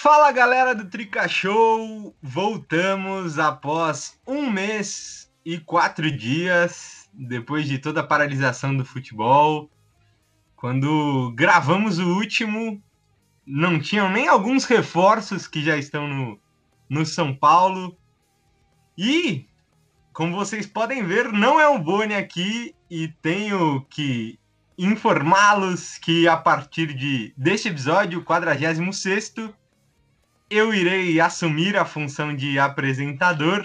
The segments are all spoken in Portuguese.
Fala galera do Trica Show, voltamos após 1 mês e 4 dias, depois de toda a paralisação do futebol. Quando gravamos o último, não tinham nem alguns reforços que já estão no São Paulo. E, como vocês podem ver, não é o Boni aqui e tenho que informá-los que a partir deste episódio, o 46º, eu irei assumir a função de apresentador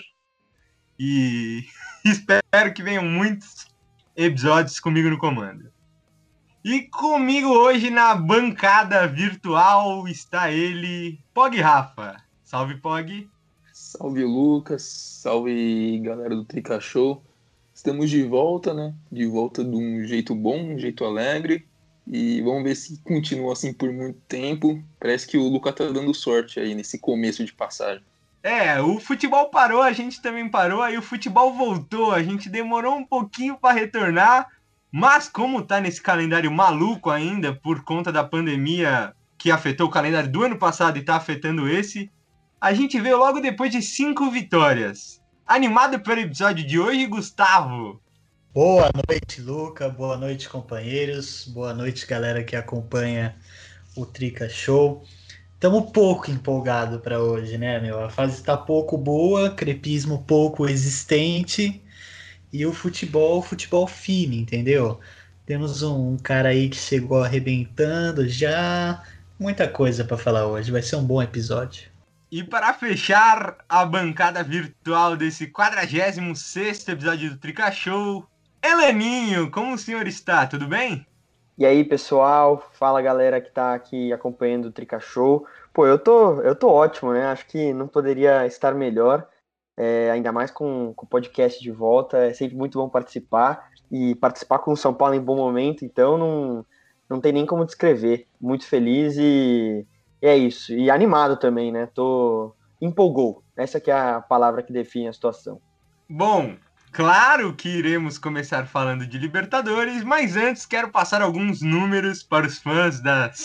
e espero que venham muitos episódios comigo no comando. E comigo hoje na bancada virtual está ele, Pog Rafa. Salve, Pog. Salve, Lucas. Salve, galera do Trica Show. Estamos de volta, né? De volta de um jeito bom, um jeito alegre. E vamos ver se continua assim por muito tempo. Parece que o Lucas tá dando sorte aí nesse começo de passagem. O futebol parou, a gente também parou, aí o futebol voltou, a gente demorou um pouquinho para retornar, mas como tá nesse calendário maluco ainda, por conta da pandemia que afetou o calendário do ano passado e tá afetando esse, a gente veio logo depois de 5 vitórias. Animado pelo episódio de hoje, Gustavo? Boa noite, Luca. Boa noite, companheiros. Boa noite, galera que acompanha o Trica Show. Estamos pouco empolgados para hoje, né, meu? A fase está pouco boa, crepismo pouco existente e o futebol fino, entendeu? Temos um cara aí que chegou arrebentando já. Muita coisa para falar hoje. Vai ser um bom episódio. E para fechar a bancada virtual desse 46º episódio do Trica Show, Elaninho, como o senhor está? Tudo bem? E aí, pessoal? Fala, galera que tá aqui acompanhando o Trica Show. Pô, eu tô ótimo, né? Acho que não poderia estar melhor, ainda mais com o podcast de volta. É sempre muito bom participar e participar com o São Paulo em bom momento, então não tem nem como descrever. Muito feliz e é isso. E animado também, né? Empolgou. Essa que é a palavra que define a situação. Bom, claro que iremos começar falando de Libertadores, mas antes quero passar alguns números para os fãs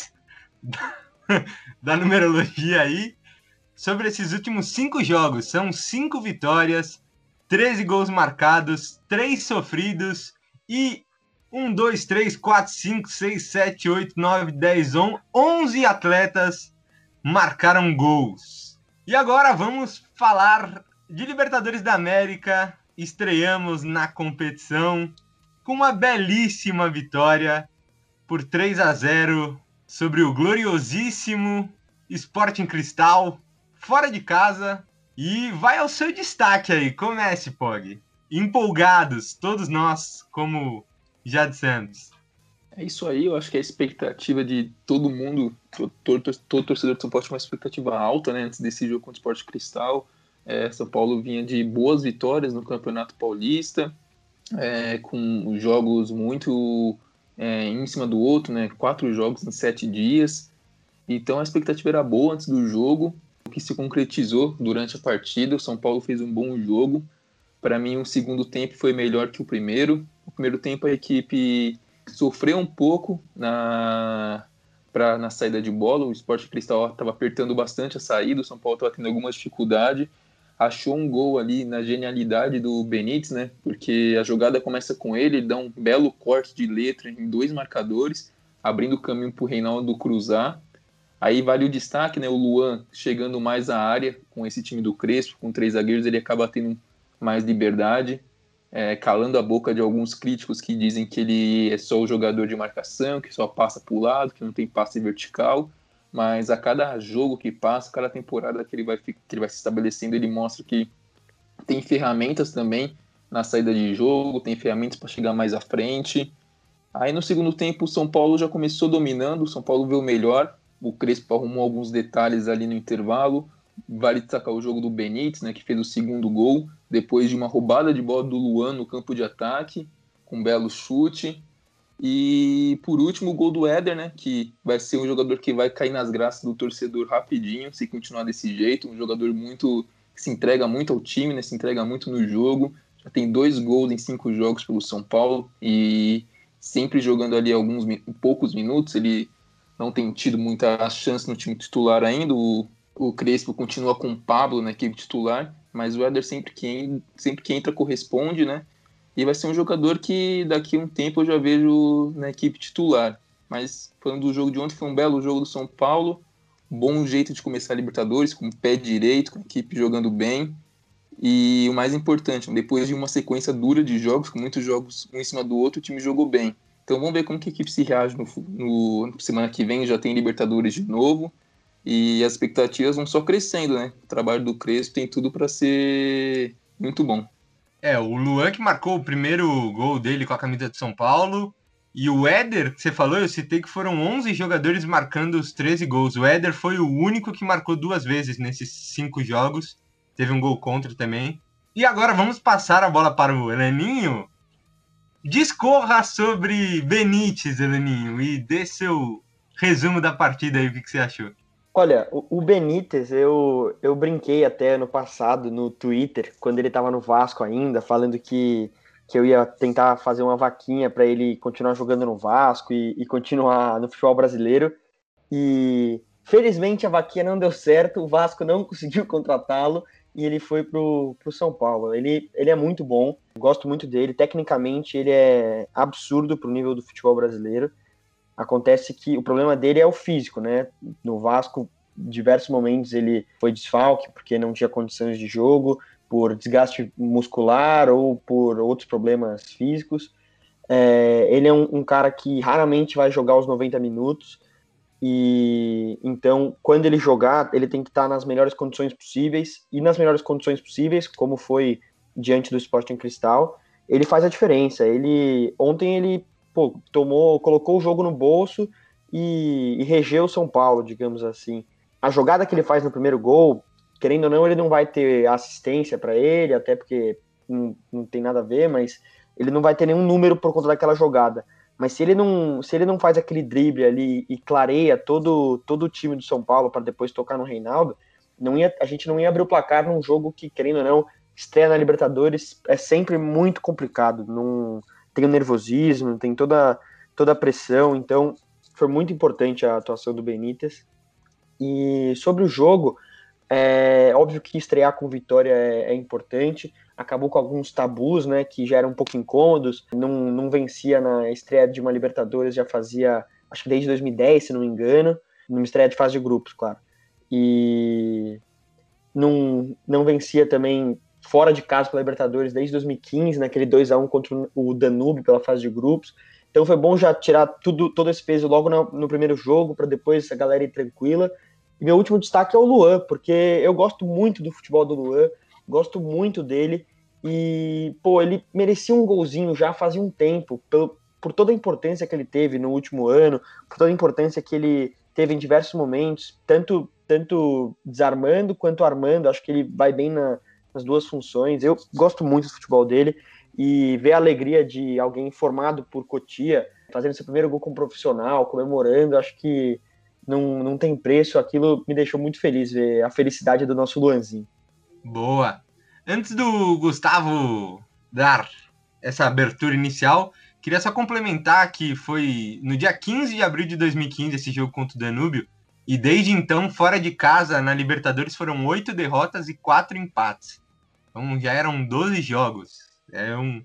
da numerologia aí sobre esses últimos 5 jogos. São 5 vitórias, 13 gols marcados, 3 sofridos e 1, 2, 3, 4, 5, 6, 7, 8, 9, 10, 11 atletas marcaram gols. E agora vamos falar de Libertadores da América. Estreamos na competição com uma belíssima vitória por 3-0 sobre o gloriosíssimo Sporting Cristal, fora de casa. E vai ao seu destaque aí, comece, Pog. Empolgados, todos nós, como já dissemos. É isso aí, eu acho que a expectativa de todo mundo, todo torcedor de São Paulo tinha uma expectativa alta, né, antes desse jogo contra o Sporting Cristal. São Paulo vinha de boas vitórias no Campeonato Paulista, com jogos muito em cima do outro, né, 4 jogos em 7 dias. Então a expectativa era boa antes do jogo, o que se concretizou durante a partida. O São Paulo fez um bom jogo. Para mim, o segundo tempo foi melhor que o primeiro. O primeiro tempo a equipe sofreu um pouco na saída de bola. O Sporting Cristal estava apertando bastante a saída, o São Paulo estava tendo alguma dificuldade. Achou um gol ali na genialidade do Benítez, né? Porque a jogada começa com ele dá um belo corte de letra em 2 marcadores, abrindo o caminho para o Reinaldo cruzar. Aí vale o destaque, né? O Luan chegando mais à área com esse time do Crespo, com 3 zagueiros, ele acaba tendo mais liberdade, calando a boca de alguns críticos que dizem que ele é só o jogador de marcação, que só passa para o lado, que não tem passe vertical. Mas a cada jogo que passa, cada temporada que ele vai se estabelecendo, ele mostra que tem ferramentas também na saída de jogo, tem ferramentas para chegar mais à frente. Aí no segundo tempo o São Paulo já começou dominando, o São Paulo veio melhor, o Crespo arrumou alguns detalhes ali no intervalo. Vale destacar o jogo do Benítez, né, que fez o segundo gol, depois de uma roubada de bola do Luan no campo de ataque, com um belo chute. E por último o gol do Éder, né, que vai ser um jogador que vai cair nas graças do torcedor rapidinho, se continuar desse jeito, um jogador que se entrega muito ao time, né, se entrega muito no jogo, já tem 2 gols em 5 jogos pelo São Paulo, e sempre jogando ali poucos minutos. Ele não tem tido muita chance no time titular ainda, o o Crespo continua com o Pablo na equipe titular, mas o Éder sempre que entra corresponde, né? E vai ser um jogador que daqui a um tempo eu já vejo na equipe titular. Mas falando do jogo de ontem, foi um belo jogo do São Paulo, bom jeito de começar a Libertadores, com o pé direito, com a equipe jogando bem. E o mais importante, depois de uma sequência dura de jogos, com muitos jogos um em cima do outro, o time jogou bem. Então vamos ver como que a equipe se reage no semana que vem, já tem Libertadores de novo. E as expectativas vão só crescendo, né? O trabalho do Crespo tem tudo para ser muito bom. O Luan que marcou o primeiro gol dele com a camisa de São Paulo. E o Éder, que você falou, eu citei que foram 11 jogadores marcando os 13 gols. O Éder foi o único que marcou 2 vezes nesses 5 jogos. Teve um gol contra também. E agora vamos passar a bola para o Elaninho. Discorra sobre Benítez, Elaninho, e dê seu resumo da partida aí, o que você achou? Olha, o Benítez, eu brinquei até ano passado no Twitter, quando ele estava no Vasco ainda, falando que eu ia tentar fazer uma vaquinha para ele continuar jogando no Vasco e continuar no futebol brasileiro. E felizmente a vaquinha não deu certo, o Vasco não conseguiu contratá-lo e ele foi pro São Paulo. Ele é muito bom, gosto muito dele, tecnicamente ele é absurdo pro nível do futebol brasileiro. Acontece que o problema dele é o físico, né? No Vasco, em diversos momentos ele foi desfalque porque não tinha condições de jogo, por desgaste muscular ou por outros problemas físicos. Ele é um cara que raramente vai jogar os 90 minutos, e então, quando ele jogar, ele tem que estar nas melhores condições possíveis, e nas melhores condições possíveis, como foi diante do Sporting Cristal, ele faz a diferença. Ontem ele colocou o jogo no bolso e regeu o São Paulo, digamos assim. A jogada que ele faz no primeiro gol, querendo ou não, ele não vai ter assistência para ele, até porque não tem nada a ver, mas ele não vai ter nenhum número por conta daquela jogada. Mas se ele não faz aquele drible ali e clareia todo o time do São Paulo para depois tocar no Reinaldo, a gente não ia abrir o placar num jogo que, querendo ou não, estreia na Libertadores é sempre muito complicado. Não tem o nervosismo, tem toda a pressão, então foi muito importante a atuação do Benítez. E sobre o jogo, é óbvio que estrear com vitória é importante, acabou com alguns tabus, né, que já eram um pouco incômodos, não vencia na estreia de uma Libertadores, já fazia, acho que desde 2010, se não me engano, numa estreia de fase de grupos, claro, e não vencia também fora de casa pela Libertadores desde 2015, naquele 2-1 contra o Danúbio pela fase de grupos. Então foi bom já tirar todo esse peso logo no primeiro jogo, para depois a galera ir tranquila. E meu último destaque é o Luan, porque eu gosto muito do futebol do Luan, gosto muito dele, e ele merecia um golzinho já fazia um tempo, por toda a importância que ele teve no último ano, por toda a importância que ele teve em diversos momentos, tanto desarmando quanto armando. Acho que ele vai bem nas duas funções. Eu gosto muito do futebol dele, e ver a alegria de alguém formado por Cotia, fazendo seu primeiro gol como profissional, comemorando, acho que não tem preço. Aquilo me deixou muito feliz, ver a felicidade do nosso Luanzinho. Boa! Antes do Gustavo dar essa abertura inicial, queria só complementar que foi no dia 15 de abril de 2015 esse jogo contra o Danúbio, e desde então, fora de casa, na Libertadores, foram 8 derrotas e 4 empates. Então já eram 12 jogos. É um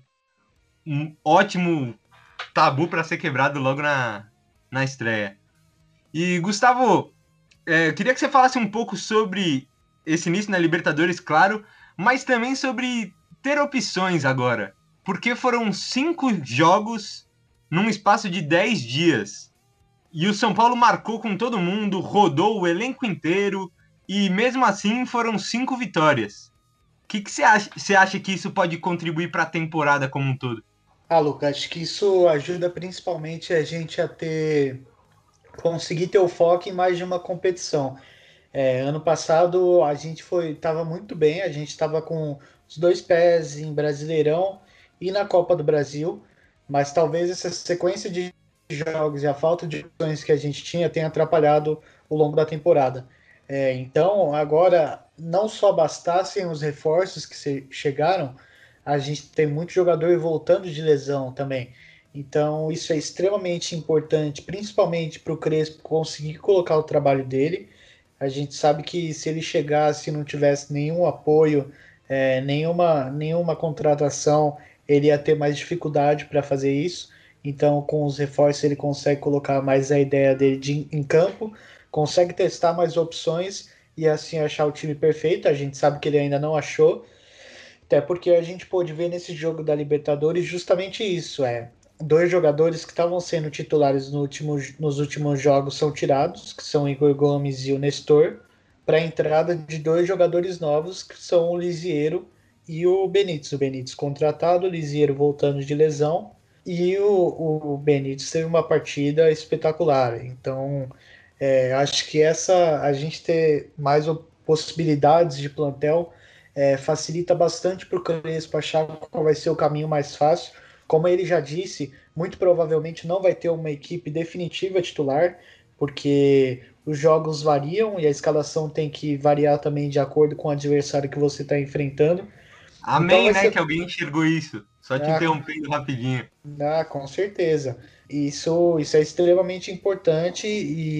ótimo tabu para ser quebrado logo na estreia. E, Gustavo, eu queria que você falasse um pouco sobre esse início na Libertadores, claro, mas também sobre ter opções agora. Porque foram 5 jogos num espaço de 10 dias. E o São Paulo marcou com todo mundo, rodou o elenco inteiro, e mesmo assim foram 5 vitórias. O que você acha que isso pode contribuir para a temporada como um todo? Lucas, acho que isso ajuda principalmente a gente a conseguir ter o foco em mais de uma competição. Ano passado a gente estava muito bem, a gente estava com os 2 pés em Brasileirão e na Copa do Brasil, mas talvez essa sequência de jogos e a falta de opções que a gente tinha tenha atrapalhado o longo da temporada. Então, agora, não só bastassem os reforços que chegaram, a gente tem muito jogador voltando de lesão também. Então, isso é extremamente importante, principalmente para o Crespo conseguir colocar o trabalho dele. A gente sabe que se ele chegasse e não tivesse nenhum apoio, nenhuma contratação, ele ia ter mais dificuldade para fazer isso. Então, com os reforços, ele consegue colocar mais a ideia dele em campo, consegue testar mais opções e assim achar o time perfeito. A gente sabe que ele ainda não achou, até porque a gente pôde ver nesse jogo da Libertadores justamente isso, dois jogadores que estavam sendo titulares nos últimos jogos são tirados, que são o Igor Gomes e o Nestor, para a entrada de dois jogadores novos, que são o Lisiero e o Benítez. O Benítez contratado, o Lisiero voltando de lesão, e o Benítez teve uma partida espetacular. Então, acho que a gente ter mais possibilidades de plantel facilita bastante para o Crespo achar qual vai ser o caminho mais fácil. Como ele já disse, muito provavelmente não vai ter uma equipe definitiva titular, porque os jogos variam e a escalação tem que variar também de acordo com o adversário que você está enfrentando. Então Amém, vai né? ser. Que alguém enxergou isso. Só te Ah, interrompendo rapidinho. com certeza. Isso é extremamente importante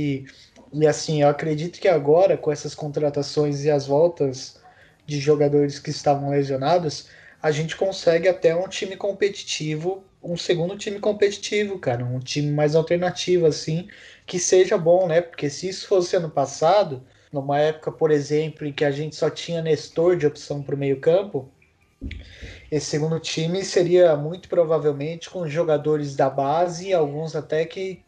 e assim, eu acredito que agora, com essas contratações e as voltas de jogadores que estavam lesionados, a gente consegue até um time competitivo, um segundo time competitivo, cara, um time mais alternativo, assim, que seja bom, né? Porque se isso fosse ano passado, numa época, por exemplo, em que a gente só tinha Nestor de opção para o meio-campo, esse segundo time seria muito provavelmente com jogadores da base, alguns até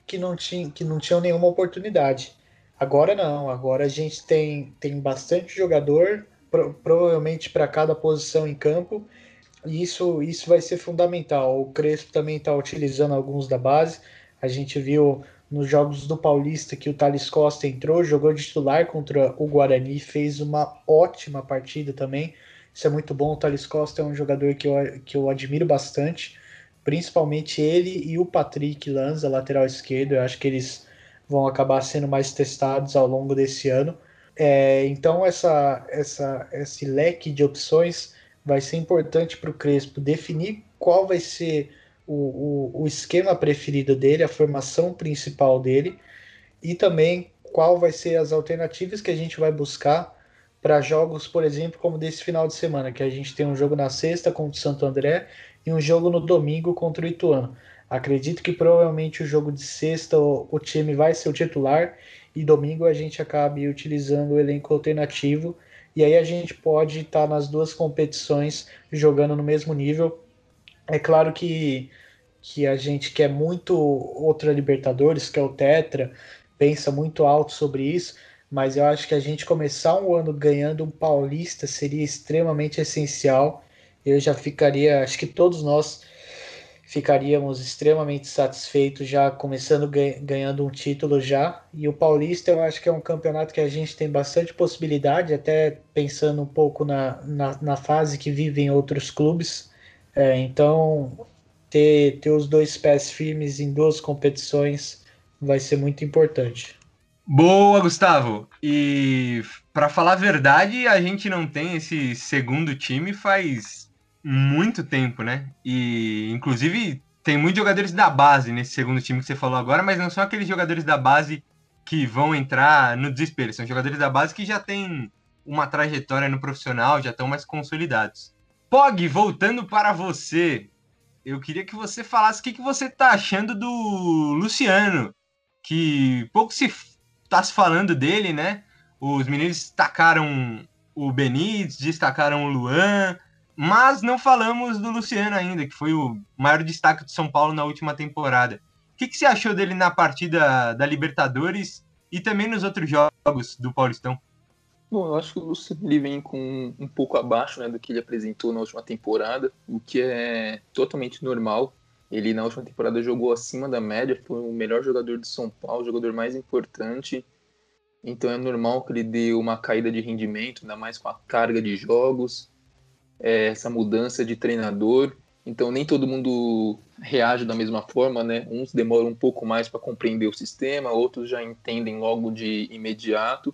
que não tinham nenhuma oportunidade. Agora não, agora a gente tem bastante jogador, provavelmente para cada posição em campo, e isso vai ser fundamental. O Crespo também está utilizando alguns da base. A gente viu nos jogos do Paulista que o Thales Costa entrou, jogou de titular contra o Guarani, fez uma ótima partida também. Isso é muito bom. O Thales Costa é um jogador que eu admiro bastante, principalmente ele e o Patrick Lanza, lateral esquerdo. Eu acho que eles vão acabar sendo mais testados ao longo desse ano. Então, esse leque de opções vai ser importante para o Crespo definir qual vai ser o esquema preferido dele, a formação principal dele, e também qual vai ser as alternativas que a gente vai buscar para jogos, por exemplo, como desse final de semana, que a gente tem um jogo na sexta contra o Santo André e um jogo no domingo contra o Ituano. Acredito que provavelmente o jogo de sexta o time vai ser o titular e domingo a gente acabe utilizando o elenco alternativo e aí a gente pode estar nas duas competições jogando no mesmo nível. É claro que a gente quer muito outra Libertadores, que é o Tetra, pensa muito alto sobre isso, mas eu acho que a gente começar um ano ganhando um Paulista seria extremamente essencial. Eu já ficaria, acho que todos nós ficaríamos extremamente satisfeitos já começando ganhando um título já. E o Paulista eu acho que é um campeonato que a gente tem bastante possibilidade, até pensando um pouco na fase que vivem outros clubes. Então, ter os dois pés firmes em duas competições vai ser muito importante. Boa, Gustavo. E para falar a verdade, a gente não tem esse segundo time faz muito tempo, né? E inclusive tem muitos jogadores da base nesse segundo time que você falou agora, mas não são aqueles jogadores da base que vão entrar no desespero. São jogadores da base que já têm uma trajetória no profissional, já estão mais consolidados. Pog, voltando para você, eu queria que você falasse o que você está achando do Luciano, que pouco se está se falando dele, né? Os meninos destacaram o Benítez, destacaram o Luan, mas não falamos do Luciano ainda, que foi o maior destaque do São Paulo na última temporada. O que você achou dele na partida da Libertadores e também nos outros jogos do Paulistão? Bom, eu acho que o Luciano ele vem com um pouco abaixo, né, do que ele apresentou na última temporada, o que é totalmente normal. Ele na última temporada jogou acima da média, foi o melhor jogador de São Paulo, o jogador mais importante. Então é normal que ele dê uma caída de rendimento, ainda mais com a carga de jogos, essa mudança de treinador. Então nem todo mundo reage da mesma forma, né? Uns demoram um pouco mais para compreender o sistema, outros já entendem logo de imediato.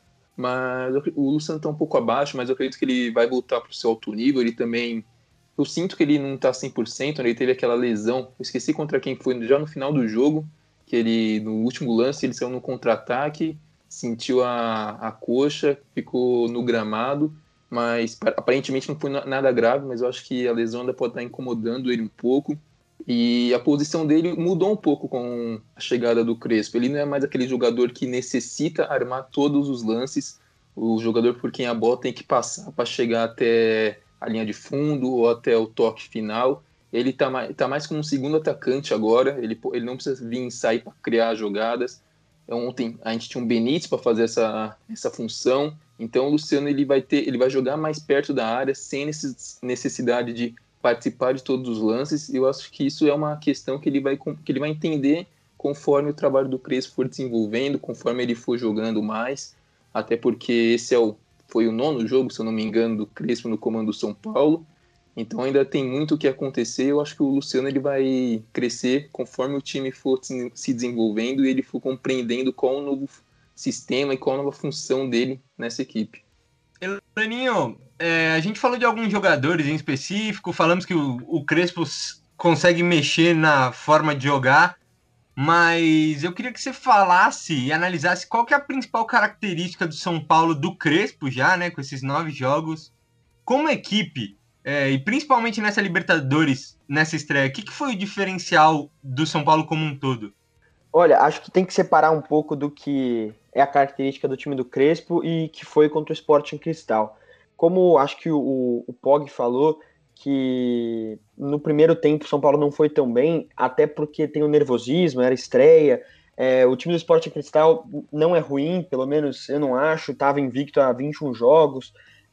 Mas o Luciano está um pouco abaixo, mas eu acredito que ele vai voltar para o seu alto nível. Ele também. Eu sinto que ele não está 100%, né? Ele teve aquela lesão. Eu esqueci contra quem foi já no final do jogo, que ele, no último lance, ele saiu no contra-ataque, sentiu a coxa, ficou no gramado, mas aparentemente não foi nada grave, mas eu acho que a lesão ainda pode estar incomodando ele um pouco. E a posição dele mudou um pouco com a chegada do Crespo. Ele não é mais aquele jogador que necessita armar todos os lances, o jogador por quem a bola tem que passar para chegar até a linha de fundo ou até o toque final. Ele tá mais como um segundo atacante agora, ele não precisa vir sair para criar jogadas. Ontem a gente tinha um Benítez para fazer essa função, então o Luciano ele vai jogar mais perto da área, sem necessidade de participar de todos os lances. Eu acho que isso é uma questão que ele vai entender conforme o trabalho do Crespo for desenvolvendo, conforme ele for jogando mais, até porque esse foi o 9º jogo, se eu não me engano, do Crespo no comando do São Paulo. Então ainda tem muito o que acontecer. Eu acho que o Luciano ele vai crescer conforme o time for se desenvolvendo e ele for compreendendo qual o novo sistema e qual a nova função dele nessa equipe. Elaninho, a gente falou de alguns jogadores em específico, falamos que o Crespo consegue mexer na forma de jogar, mas eu queria que você falasse e analisasse qual que é a principal característica do São Paulo do Crespo já, né, com esses 9 jogos, como equipe. E principalmente nessa Libertadores, nessa estreia, o que foi o diferencial do São Paulo como um todo? Olha, acho que tem que separar um pouco do que é a característica do time do Crespo e que foi contra o Sporting Cristal. Como acho que o Pog falou, que no primeiro tempo o São Paulo não foi tão bem, até porque tem o nervosismo, era estreia. O time do Sporting Cristal não é ruim, pelo menos eu não acho, estava invicto há 21 jogos,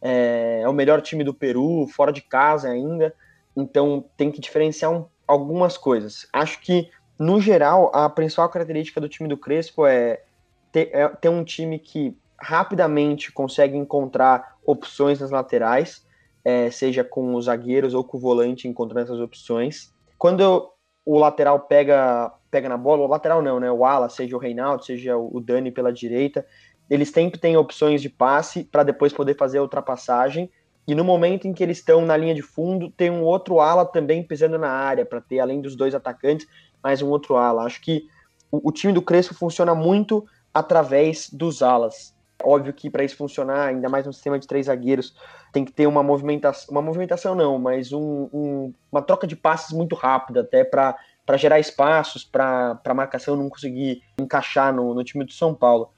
é o melhor time do Peru, fora de casa ainda, então tem que diferenciar algumas coisas. Acho que, no geral, a principal característica do time do Crespo é ter um time que rapidamente consegue encontrar opções nas laterais, seja com os zagueiros ou com o volante encontrando essas opções. Quando o lateral pega na bola, o lateral não, né? O ala, seja o Reinaldo, seja o Dani pela direita, eles sempre têm opções de passe para depois poder fazer a ultrapassagem. E no momento em que eles estão na linha de fundo, tem um outro ala também pisando na área, para ter, além dos 2 atacantes, mais um outro ala. Acho que o time do Crespo funciona muito através dos alas. Óbvio que para isso funcionar, ainda mais no sistema de 3 zagueiros, tem que ter uma movimentação não, mas uma troca de passes muito rápida, até para gerar espaços, para a marcação não conseguir encaixar no time do São Paulo.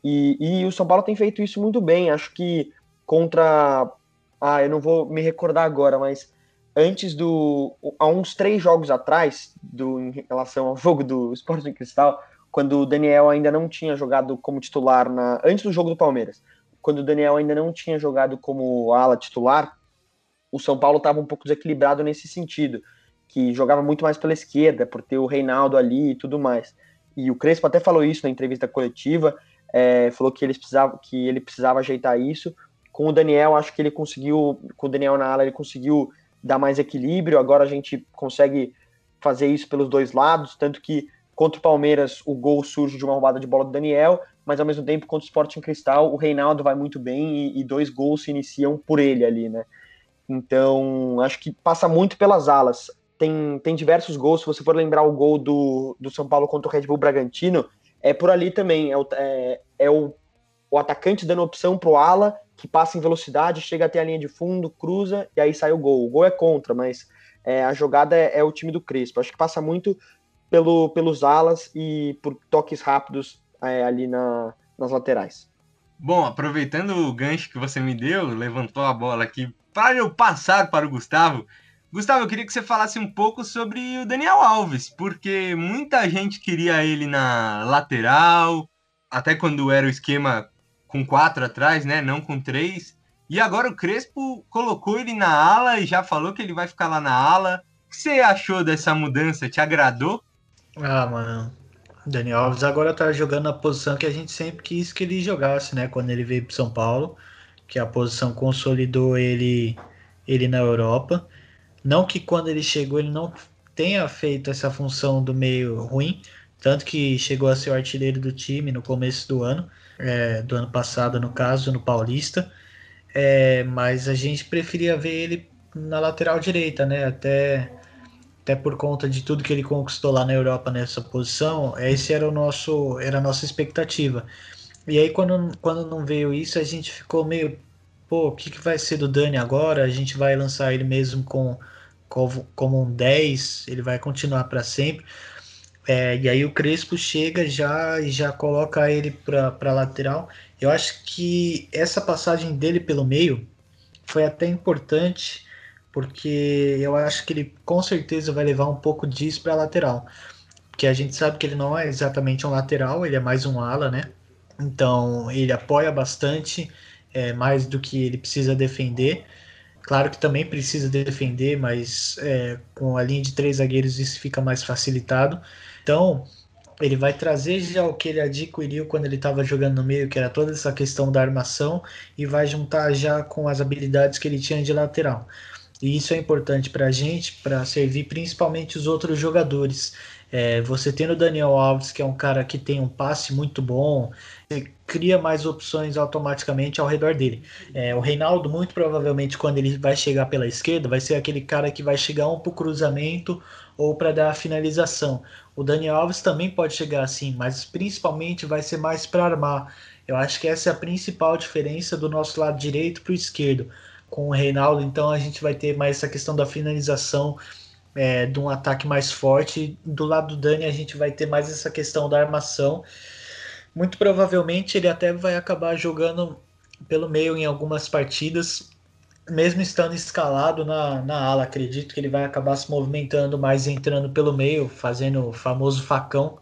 E o São Paulo tem feito isso muito bem. Acho que contra... eu não vou me recordar agora, mas há uns 3 jogos atrás, em relação ao jogo do Sporting Cristal, quando o Daniel ainda não tinha jogado como titular antes do jogo do Palmeiras, quando o Daniel ainda não tinha jogado como ala titular, o São Paulo estava um pouco desequilibrado nesse sentido, que jogava muito mais pela esquerda, por ter o Reinaldo ali e tudo mais. E o Crespo até falou isso na entrevista coletiva, falou que ele precisava ajeitar isso. Com o Daniel, acho que ele conseguiu, com o Daniel na ala, ele conseguiu dar mais equilíbrio. Agora a gente consegue fazer isso pelos 2 lados, tanto que contra o Palmeiras o gol surge de uma roubada de bola do Daniel, mas ao mesmo tempo contra o Sporting Cristal o Reinaldo vai muito bem e 2 gols se iniciam por ele ali, né? Então acho que passa muito pelas alas. Tem diversos gols, se você for lembrar o gol do São Paulo contra o Red Bull Bragantino, é por ali também, o atacante dando opção pro ala, que passa em velocidade, chega até a linha de fundo, cruza, e aí sai o gol. O gol é contra, mas a jogada é o time do Crespo. Acho que passa muito pelos alas e por toques rápidos ali nas laterais. Bom, aproveitando o gancho que você me deu, levantou a bola aqui para eu passar para o Gustavo. Gustavo, eu queria que você falasse um pouco sobre o Daniel Alves, porque muita gente queria ele na lateral, até quando era o esquema com 4 atrás, né? Não com 3. E agora o Crespo colocou ele na ala e já falou que ele vai ficar lá na ala. O que você achou dessa mudança? Te agradou? Mano, o Daniel Alves agora tá jogando na posição que a gente sempre quis que ele jogasse, né? Quando ele veio pro São Paulo, que a posição consolidou ele na Europa. Não que quando ele chegou ele não tenha feito essa função do meio ruim, tanto que chegou a ser o artilheiro do time no começo do ano passado, no caso, no Paulista, mas a gente preferia ver ele na lateral direita, né? Até por conta de tudo que ele conquistou lá na Europa nessa posição, esse era a nossa expectativa. E aí, quando não veio isso, a gente ficou meio, pô, o que vai ser do Dani agora? A gente vai lançar ele mesmo como um 10, ele vai continuar para sempre. E aí o Crespo chega já e já coloca ele para lateral. Eu acho que essa passagem dele pelo meio foi até importante, porque eu acho que ele com certeza vai levar um pouco disso para lateral. Porque a gente sabe que ele não é exatamente um lateral, ele é mais um ala, né? Então ele apoia bastante, mais do que ele precisa defender. Claro que também precisa defender, mas com a linha de três zagueiros isso fica mais facilitado. Então ele vai trazer já o que ele adquiriu quando ele estava jogando no meio, que era toda essa questão da armação, e vai juntar já com as habilidades que ele tinha de lateral. E isso é importante para a gente, para servir principalmente os outros jogadores. Você tendo o Daniel Alves, que é um cara que tem um passe muito bom, você cria mais opções automaticamente ao redor dele. O Reinaldo, muito provavelmente, quando ele vai chegar pela esquerda, vai ser aquele cara que vai chegar um para o cruzamento ou para dar a finalização. O Daniel Alves também pode chegar assim, mas principalmente vai ser mais para armar. Eu acho que essa é a principal diferença do nosso lado direito para o esquerdo com o Reinaldo, então a gente vai ter mais essa questão da finalização, de um ataque mais forte. Do lado do Dani a gente vai ter mais essa questão da armação. Muito provavelmente ele até vai acabar jogando pelo meio em algumas partidas, mesmo estando escalado na ala. Acredito que ele vai acabar se movimentando mais, entrando pelo meio, fazendo o famoso facão.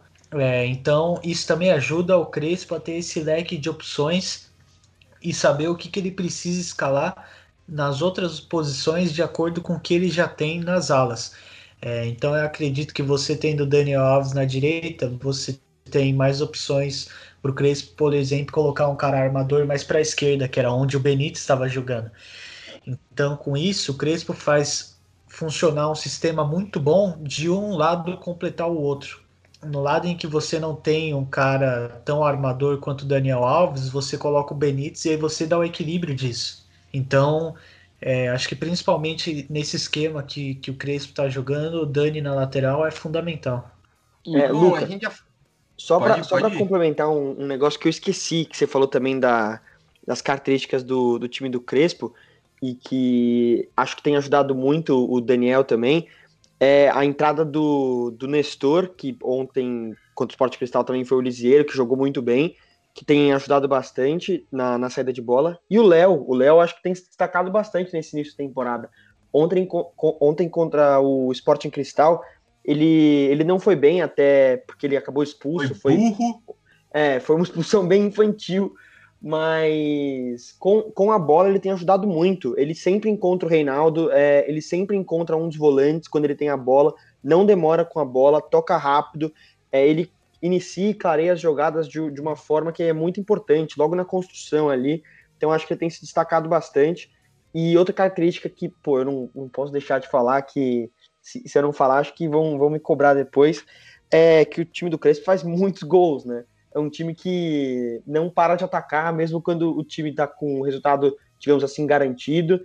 Então isso também ajuda o Crespo a ter esse leque de opções e saber o que ele precisa escalar nas outras posições de acordo com o que ele já tem nas alas. Então eu acredito que você tendo o Daniel Alves na direita, você tem mais opções para o Crespo, por exemplo, colocar um cara armador mais para a esquerda, que era onde o Benítez estava jogando. Então, com isso, o Crespo faz funcionar um sistema muito bom de um lado completar o outro. No lado em que você não tem um cara tão armador quanto o Daniel Alves, você coloca o Benítez e aí você dá o equilíbrio disso. Então, acho que principalmente nesse esquema que o Crespo está jogando, o Dani na lateral é fundamental. Bom, a Luca, gente já... só Pode para ir. complementar um negócio que eu esqueci, que você falou também das características do time do Crespo, e que acho que tem ajudado muito o Daniel também, é a entrada do Nestor, que ontem contra o Sport Cristal também foi o Lisieiro, que jogou muito bem, que tem ajudado bastante na saída de bola. E o Léo acho que tem se destacado bastante nesse início de temporada. Ontem contra o Sporting Cristal, ele não foi bem, até porque ele acabou expulso. Foi burro. Foi uma expulsão bem infantil, mas com a bola ele tem ajudado muito. Ele sempre encontra o Reinaldo, ele sempre encontra um dos volantes quando ele tem a bola, não demora com a bola, toca rápido, ele inicia e clareia as jogadas de uma forma que é muito importante, logo na construção ali. Então acho que ele tem se destacado bastante. E outra característica que, pô, eu não posso deixar de falar, que se eu não falar, acho que vão me cobrar depois, é que o time do Crespo faz muitos gols, né? É um time que não para de atacar, mesmo quando o time está com o resultado, digamos assim, garantido,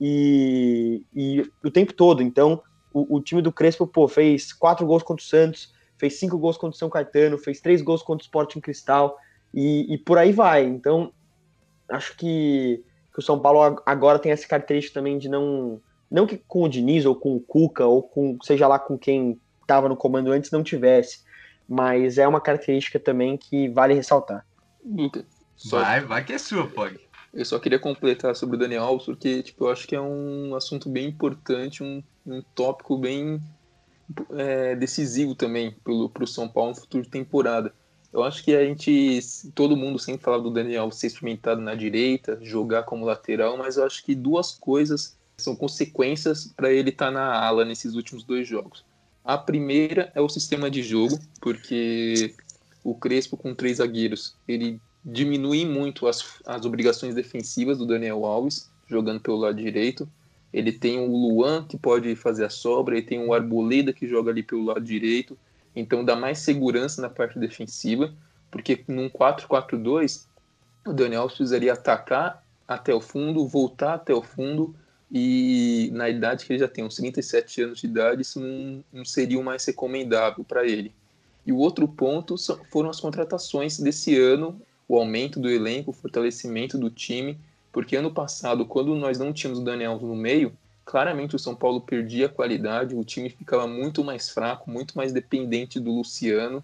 e o tempo todo. Então, o time do Crespo, pô, fez 4 gols contra o Santos, fez 5 gols contra o São Caetano, fez 3 gols contra o Sporting Cristal, e por aí vai. Então, acho que o São Paulo agora tem essa característica também de não que com o Diniz, ou com o Cuca, ou com seja lá com quem estava no comando antes não tivesse, mas é uma característica também que vale ressaltar. Lucas, Vai que é sua, Pog. eu só queria completar sobre o Daniel Alves, porque eu acho que é um assunto bem importante, um tópico bem decisivo também para o São Paulo no futuro de temporada. Eu acho que todo mundo sempre fala do Daniel ser experimentado na direita, jogar como lateral, mas eu acho que duas coisas são consequências para ele estar na ala nesses últimos 2 jogos. A primeira é o sistema de jogo, porque o Crespo com 3 zagueiros, ele diminui muito as obrigações defensivas do Daniel Alves, jogando pelo lado direito. Ele tem o Luan, que pode fazer a sobra, ele tem o Arboleda, que joga ali pelo lado direito, então dá mais segurança na parte defensiva, porque num 4-4-2, o Daniel Alves precisaria atacar até o fundo, voltar até o fundo, e na idade que ele já tem, uns 37 anos de idade, isso não seria o mais recomendável para ele. E o outro ponto foram as contratações desse ano o aumento do elenco, o fortalecimento do time, porque ano passado, quando nós não tínhamos o Dani Alves no meio, claramente o São Paulo perdia a qualidade, o time ficava muito mais fraco, muito mais dependente do Luciano,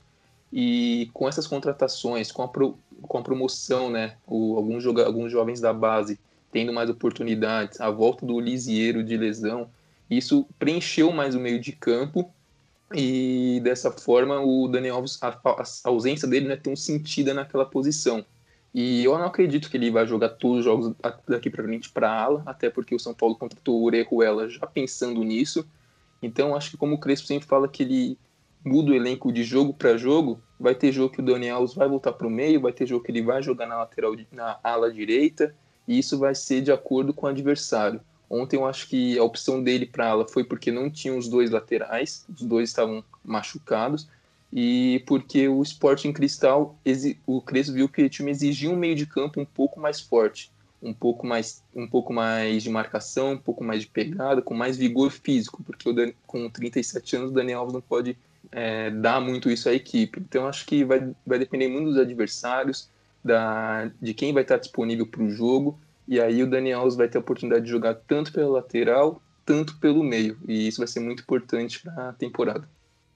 e com essas contratações, com a promoção, né, alguns jovens da base tendo mais oportunidades, a volta do Lisieiro de lesão, isso preencheu mais o meio de campo, e dessa forma o Dani Alves, a ausência dele não é tão sentida naquela posição. E eu não acredito que ele vai jogar todos os jogos daqui para frente para a ala, até porque o São Paulo contratou o Orejuela já pensando nisso. Então acho que, como o Crespo sempre fala que ele muda o elenco de jogo para jogo, vai ter jogo que o Dani Alves vai voltar para o meio, vai ter jogo que ele vai jogar na lateral, na ala direita, e isso vai ser de acordo com o adversário. Ontem eu acho que a opção dele para a ala foi porque não tinha os dois laterais, os dois estavam machucados, e porque o Sporting Cristal, o Crespo viu que o time exigia um meio de campo um pouco mais forte, um pouco mais de marcação, um pouco mais de pegada, com mais vigor físico, porque com 37 anos o Dani Alves não pode dar muito isso à equipe. Então acho que vai depender muito dos adversários, de quem vai estar disponível para o jogo, e aí o Dani Alves vai ter a oportunidade de jogar tanto pela lateral, tanto pelo meio, e isso vai ser muito importante para a temporada.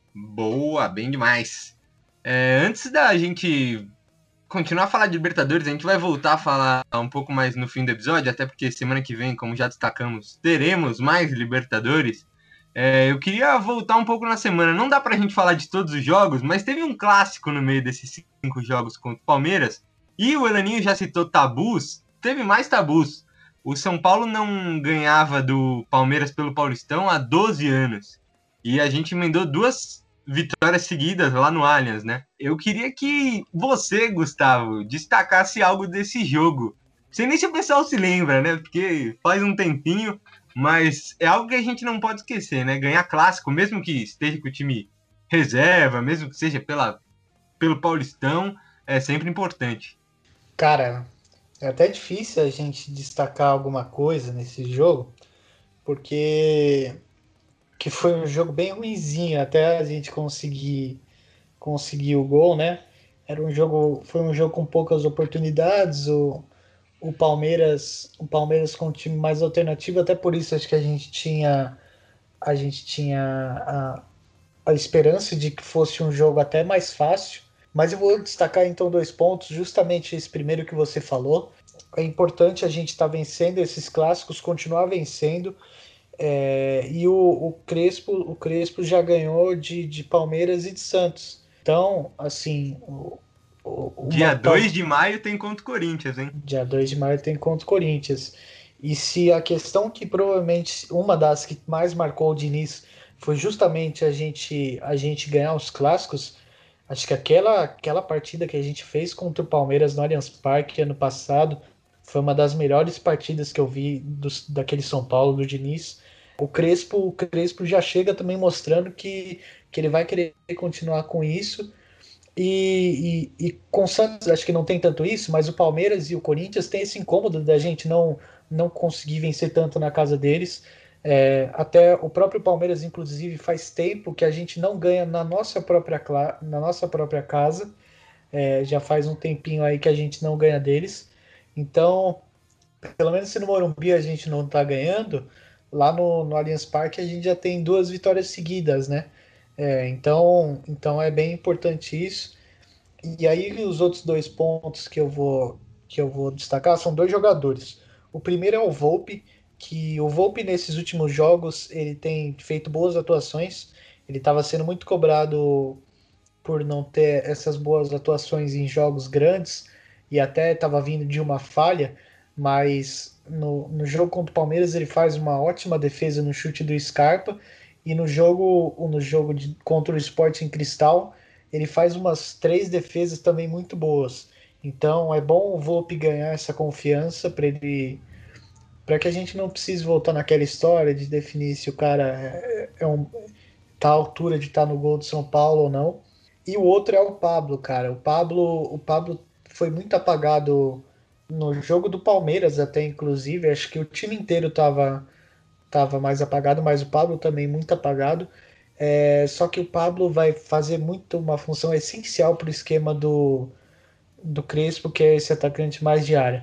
Boa, bem demais. Antes da gente continuar a falar de Libertadores, a gente vai voltar a falar um pouco mais no fim do episódio, até porque semana que vem, como já destacamos, teremos mais Libertadores. Eu queria voltar um pouco na semana. Não dá pra gente falar de todos os jogos, mas teve um clássico no meio desses 5 jogos contra o Palmeiras. E o Elaninho já citou tabus, teve mais tabus. O São Paulo não ganhava do Palmeiras pelo Paulistão há 12 anos. E a gente emendou 2 vitórias seguidas lá no Allianz, né? Eu queria que você, Gustavo, destacasse algo desse jogo. Não sei nem se o pessoal se lembra, né? Porque faz um tempinho, mas é algo que a gente não pode esquecer, né? Ganhar clássico, mesmo que esteja com o time reserva, mesmo que seja pelo Paulistão, é sempre importante. Cara, é até difícil a gente destacar alguma coisa nesse jogo, porque que foi um jogo bem ruinzinho até a gente conseguir o gol, né? Foi um jogo com poucas oportunidades, o Palmeiras com um time mais alternativo, até por isso acho que a gente tinha a esperança de que fosse um jogo até mais fácil. Mas eu vou destacar então 2 pontos, justamente esse primeiro que você falou. É importante a gente estar vencendo esses clássicos, continuar vencendo. E o Crespo já ganhou de Palmeiras e de Santos. Então, assim, Dia 2 de maio tem contra o Corinthians, hein? Dia 2 de maio tem contra o Corinthians. E se a questão que provavelmente uma das que mais marcou o Diniz foi justamente a gente ganhar os clássicos, acho que aquela partida que a gente fez contra o Palmeiras no Allianz Parque ano passado foi uma das melhores partidas que eu vi daquele São Paulo do Diniz. O Crespo já chega também mostrando que ele vai querer continuar com isso. E com o Santos, acho que não tem tanto isso, mas o Palmeiras e o Corinthians têm esse incômodo da gente não conseguir vencer tanto na casa deles. Até o próprio Palmeiras, inclusive, faz tempo que a gente não ganha na nossa própria casa. Já faz um tempinho aí que a gente não ganha deles. Então, pelo menos se no Morumbi a gente não está ganhando, lá no Allianz Parque a gente já tem 2 vitórias seguidas, né? Então é bem importante isso. E aí os outros 2 pontos que eu vou destacar são 2 jogadores. O primeiro é o Volpi, que o Volpi nesses últimos jogos ele tem feito boas atuações. Ele estava sendo muito cobrado por não ter essas boas atuações em jogos grandes e até estava vindo de uma falha, mas no jogo contra o Palmeiras ele faz uma ótima defesa no chute do Scarpa, e no jogo contra o Sporting Cristal ele faz umas 3 defesas também muito boas. Então é bom o Volpi ganhar essa confiança para que a gente não precise voltar naquela história de definir se o cara tá à altura de estar no gol do São Paulo ou não. E o outro é o Pablo, cara. O Pablo foi muito apagado no jogo do Palmeiras, até inclusive. Acho que o time inteiro tava mais apagado, mas o Pablo também muito apagado. Só que o Pablo vai fazer muito uma função essencial para o esquema do do Crespo, que é esse atacante mais de área.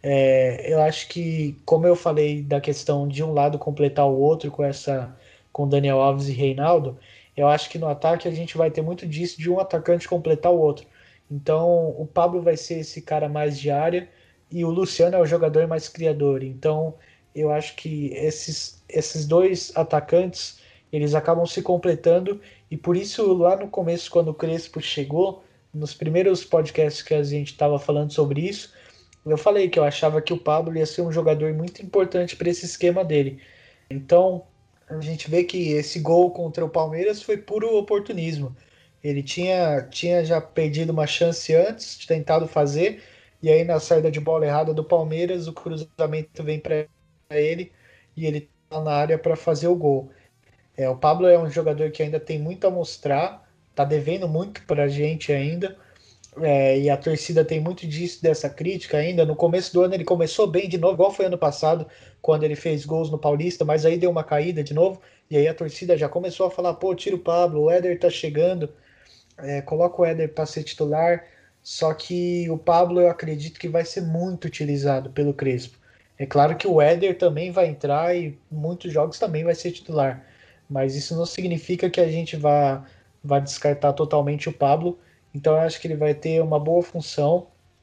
Eu acho que, como eu falei da questão de um lado completar o outro com Daniel Alves e Reinaldo, eu acho que no ataque a gente vai ter muito disso de um atacante completar o outro. Então o Pablo vai ser esse cara mais de área e o Luciano é o jogador mais criador. Então eu acho que esses dois atacantes eles acabam se completando e por isso lá no começo, quando o Crespo chegou, nos primeiros podcasts que a gente estava falando sobre isso, eu falei que eu achava que o Pablo ia ser um jogador muito importante para esse esquema dele. Então, a gente vê que esse gol contra o Palmeiras foi puro oportunismo. Ele tinha já perdido uma chance antes, tentado fazer, e aí na saída de bola errada do Palmeiras, o cruzamento vem para ele e ele tá na área para fazer o gol. O Pablo é um jogador que ainda tem muito a mostrar, tá devendo muito para a gente ainda, e a torcida tem muito disso, dessa crítica ainda. No começo do ano ele começou bem de novo, igual foi ano passado, quando ele fez gols no Paulista, mas aí deu uma caída de novo, e aí a torcida já começou a falar, pô, tira o Pablo, o Éder tá chegando, coloca o Éder para ser titular, só que o Pablo eu acredito que vai ser muito utilizado pelo Crespo. É claro que o Éder também vai entrar e muitos jogos também vai ser titular, mas isso não significa que a gente vá descartar totalmente o Pablo, então eu acho que ele vai ter uma boa função,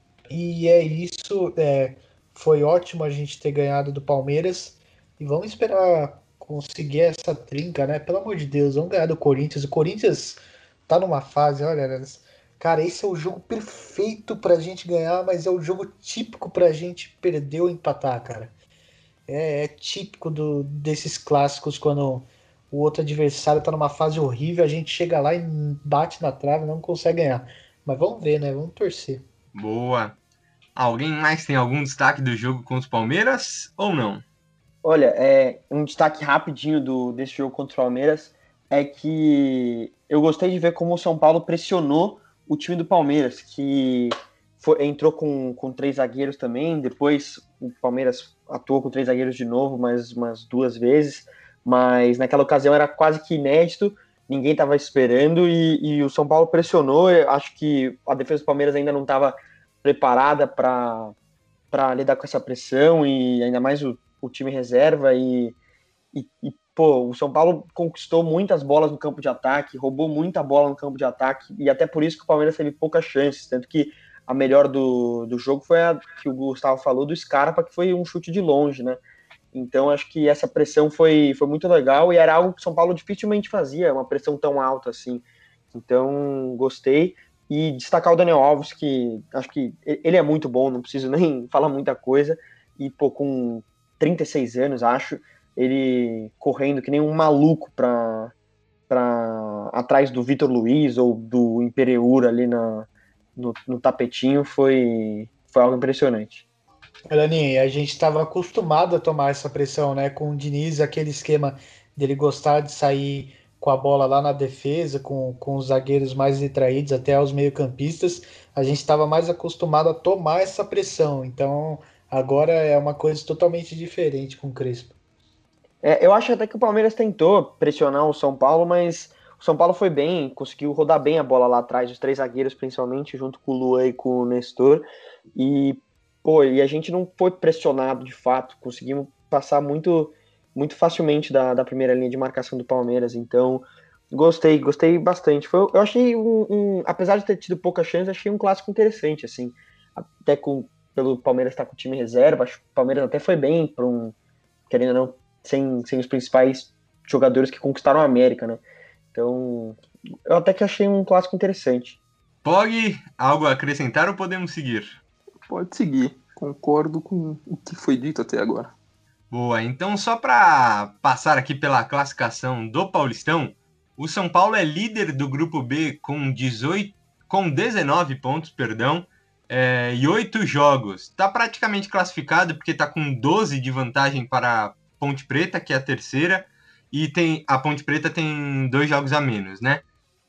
e é isso, foi ótimo a gente ter ganhado do Palmeiras, e vamos esperar conseguir essa trinca, né? Pelo amor de Deus, vamos ganhar do Corinthians. O Corinthians tá numa fase, olha, cara, esse é o jogo perfeito pra gente ganhar, mas é o jogo típico pra gente perder ou empatar, cara. É típico desses clássicos quando o outro adversário tá numa fase horrível, a gente chega lá e bate na trave, não consegue ganhar. Mas vamos ver, né? Vamos torcer. Boa. Alguém mais tem algum destaque do jogo contra os Palmeiras ou não? Olha, um destaque rapidinho desse jogo contra o Palmeiras é que eu gostei de ver como o São Paulo pressionou o time do Palmeiras, que entrou com três zagueiros também, depois o Palmeiras atuou com três zagueiros de novo, mais umas duas vezes, mas naquela ocasião era quase que inédito, ninguém estava esperando e o São Paulo pressionou. Eu acho que a defesa do Palmeiras ainda não estava preparada para lidar com essa pressão, e ainda mais o time reserva, pô, o São Paulo conquistou muitas bolas no campo de ataque, roubou muita bola no campo de ataque, e até por isso que o Palmeiras teve poucas chances, tanto que a melhor do jogo foi a que o Gustavo falou, do Scarpa, que foi um chute de longe, né? Então acho que essa pressão foi muito legal, e era algo que o São Paulo dificilmente fazia, uma pressão tão alta assim. Então gostei, e destacar o Daniel Alves, que acho que ele é muito bom, não preciso nem falar muita coisa, e pô, com 36 anos, acho, ele correndo que nem um maluco para atrás do Vitor Luiz ou do Imperiur ali no tapetinho, foi algo impressionante. Elani, a gente estava acostumado a tomar essa pressão, né? Com o Diniz, aquele esquema dele gostar de sair com a bola lá na defesa, com os zagueiros mais retraídos até os meio-campistas, a gente estava mais acostumado a tomar essa pressão. Então, agora é uma coisa totalmente diferente com o Crespo. Eu acho até que o Palmeiras tentou pressionar o São Paulo, mas o São Paulo foi bem, conseguiu rodar bem a bola lá atrás, os três zagueiros principalmente, junto com o Luan e com o Nestor, e, pô, e a gente não foi pressionado de fato, conseguimos passar muito, muito facilmente da primeira linha de marcação do Palmeiras, então gostei bastante. Eu achei apesar de ter tido pouca chance, achei um clássico interessante, assim, até pelo Palmeiras estar com o time reserva, acho que o Palmeiras até foi bem para querendo ou não, sem os principais jogadores que conquistaram a América, né? Então, eu até que achei um clássico interessante. Pog, algo a acrescentar ou podemos seguir? Pode seguir. Concordo com o que foi dito até agora. Boa, então só para passar aqui pela classificação do Paulistão, o São Paulo é líder do grupo B com 19 pontos, e 8 jogos. Está praticamente classificado porque está com 12 de vantagem para a Ponte Preta, que é a terceira, e a Ponte Preta tem 2 jogos a menos, né?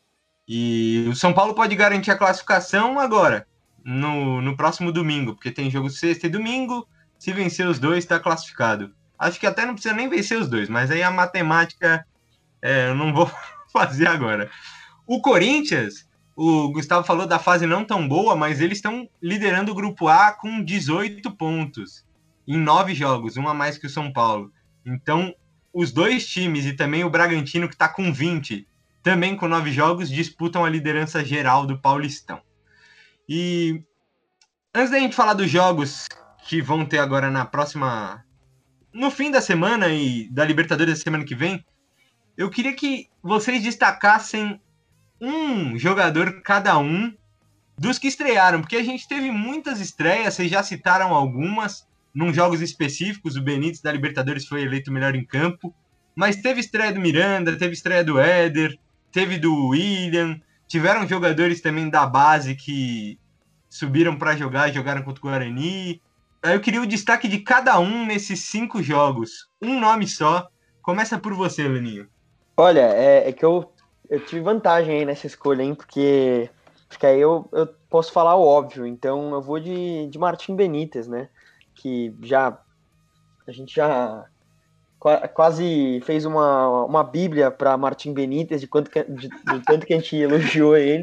E o São Paulo pode garantir a classificação agora, no próximo domingo, porque tem jogo sexta e domingo. Se vencer os dois, está classificado. Acho que até não precisa nem vencer os dois, mas aí a matemática eu não vou fazer agora. O Corinthians O Gustavo falou da fase não tão boa, mas eles estão liderando o grupo A com 18 pontos em 9 jogos, uma a mais que o São Paulo. Então, os dois times e também o Bragantino, que está com 20, também com 9 jogos, disputam a liderança geral do Paulistão. E antes da gente falar dos jogos que vão ter agora no fim da semana e da Libertadores da semana que vem, eu queria que vocês destacassem um jogador cada um dos que estrearam, porque a gente teve muitas estreias, vocês já citaram algumas, num jogos específicos, o Benítez da Libertadores foi eleito melhor em campo, mas teve estreia do Miranda, teve estreia do Éder, teve do William, tiveram jogadores também da base que subiram para jogar, jogaram contra o Guarani. Aí eu queria o destaque de cada um nesses 5 jogos, um nome só. Começa por você, Leninho. Olha, é que eu tive vantagem aí nessa escolha, hein? Porque aí eu posso falar o óbvio. Então eu vou de Martim Benítez, né? Que a gente já quase fez uma bíblia para Martim Benítez do tanto que a gente elogiou ele.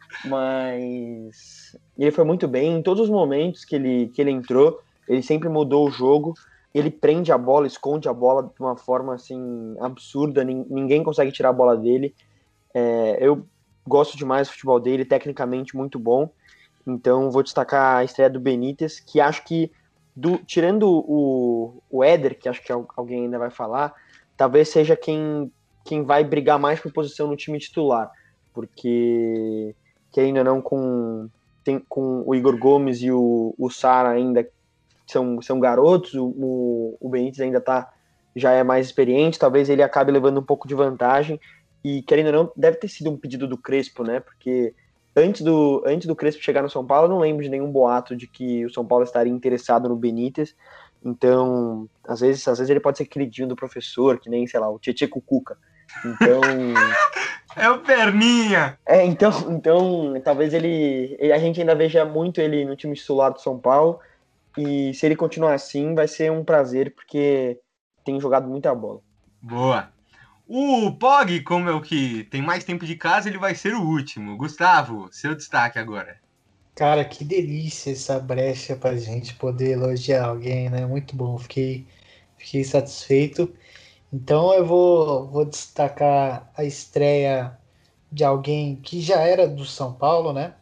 Mas ele foi muito bem em todos os momentos que ele entrou. Ele sempre mudou o jogo. Ele prende a bola, esconde a bola de uma forma assim absurda, ninguém consegue tirar a bola dele. Eu gosto demais do futebol dele, tecnicamente muito bom. Então vou destacar a estreia do Benítez, que acho que, tirando o Éder, que acho que alguém ainda vai falar, talvez seja quem vai brigar mais por posição no time titular, porque que ainda não com o Igor Gomes e o Sara ainda são garotos, o Benítez ainda já é mais experiente, talvez ele acabe levando um pouco de vantagem, e querendo ou não, deve ter sido um pedido do Crespo, né, porque antes do Crespo chegar no São Paulo, eu não lembro de nenhum boato de que o São Paulo estaria interessado no Benítez, então, às vezes ele pode ser queridinho do professor, que nem, sei lá, o Tietê Cucuca, então... É o Perninha! Então talvez a gente ainda veja muito ele no time titular do São Paulo, e se ele continuar assim, vai ser um prazer, porque tem jogado muita bola. Boa! O Pog, como é o que tem mais tempo de casa, ele vai ser o último. Gustavo, seu destaque agora. Cara, que delícia essa brecha pra gente poder elogiar alguém, né? Muito bom, fiquei satisfeito. Então eu vou destacar a estreia de alguém que já era do São Paulo, né?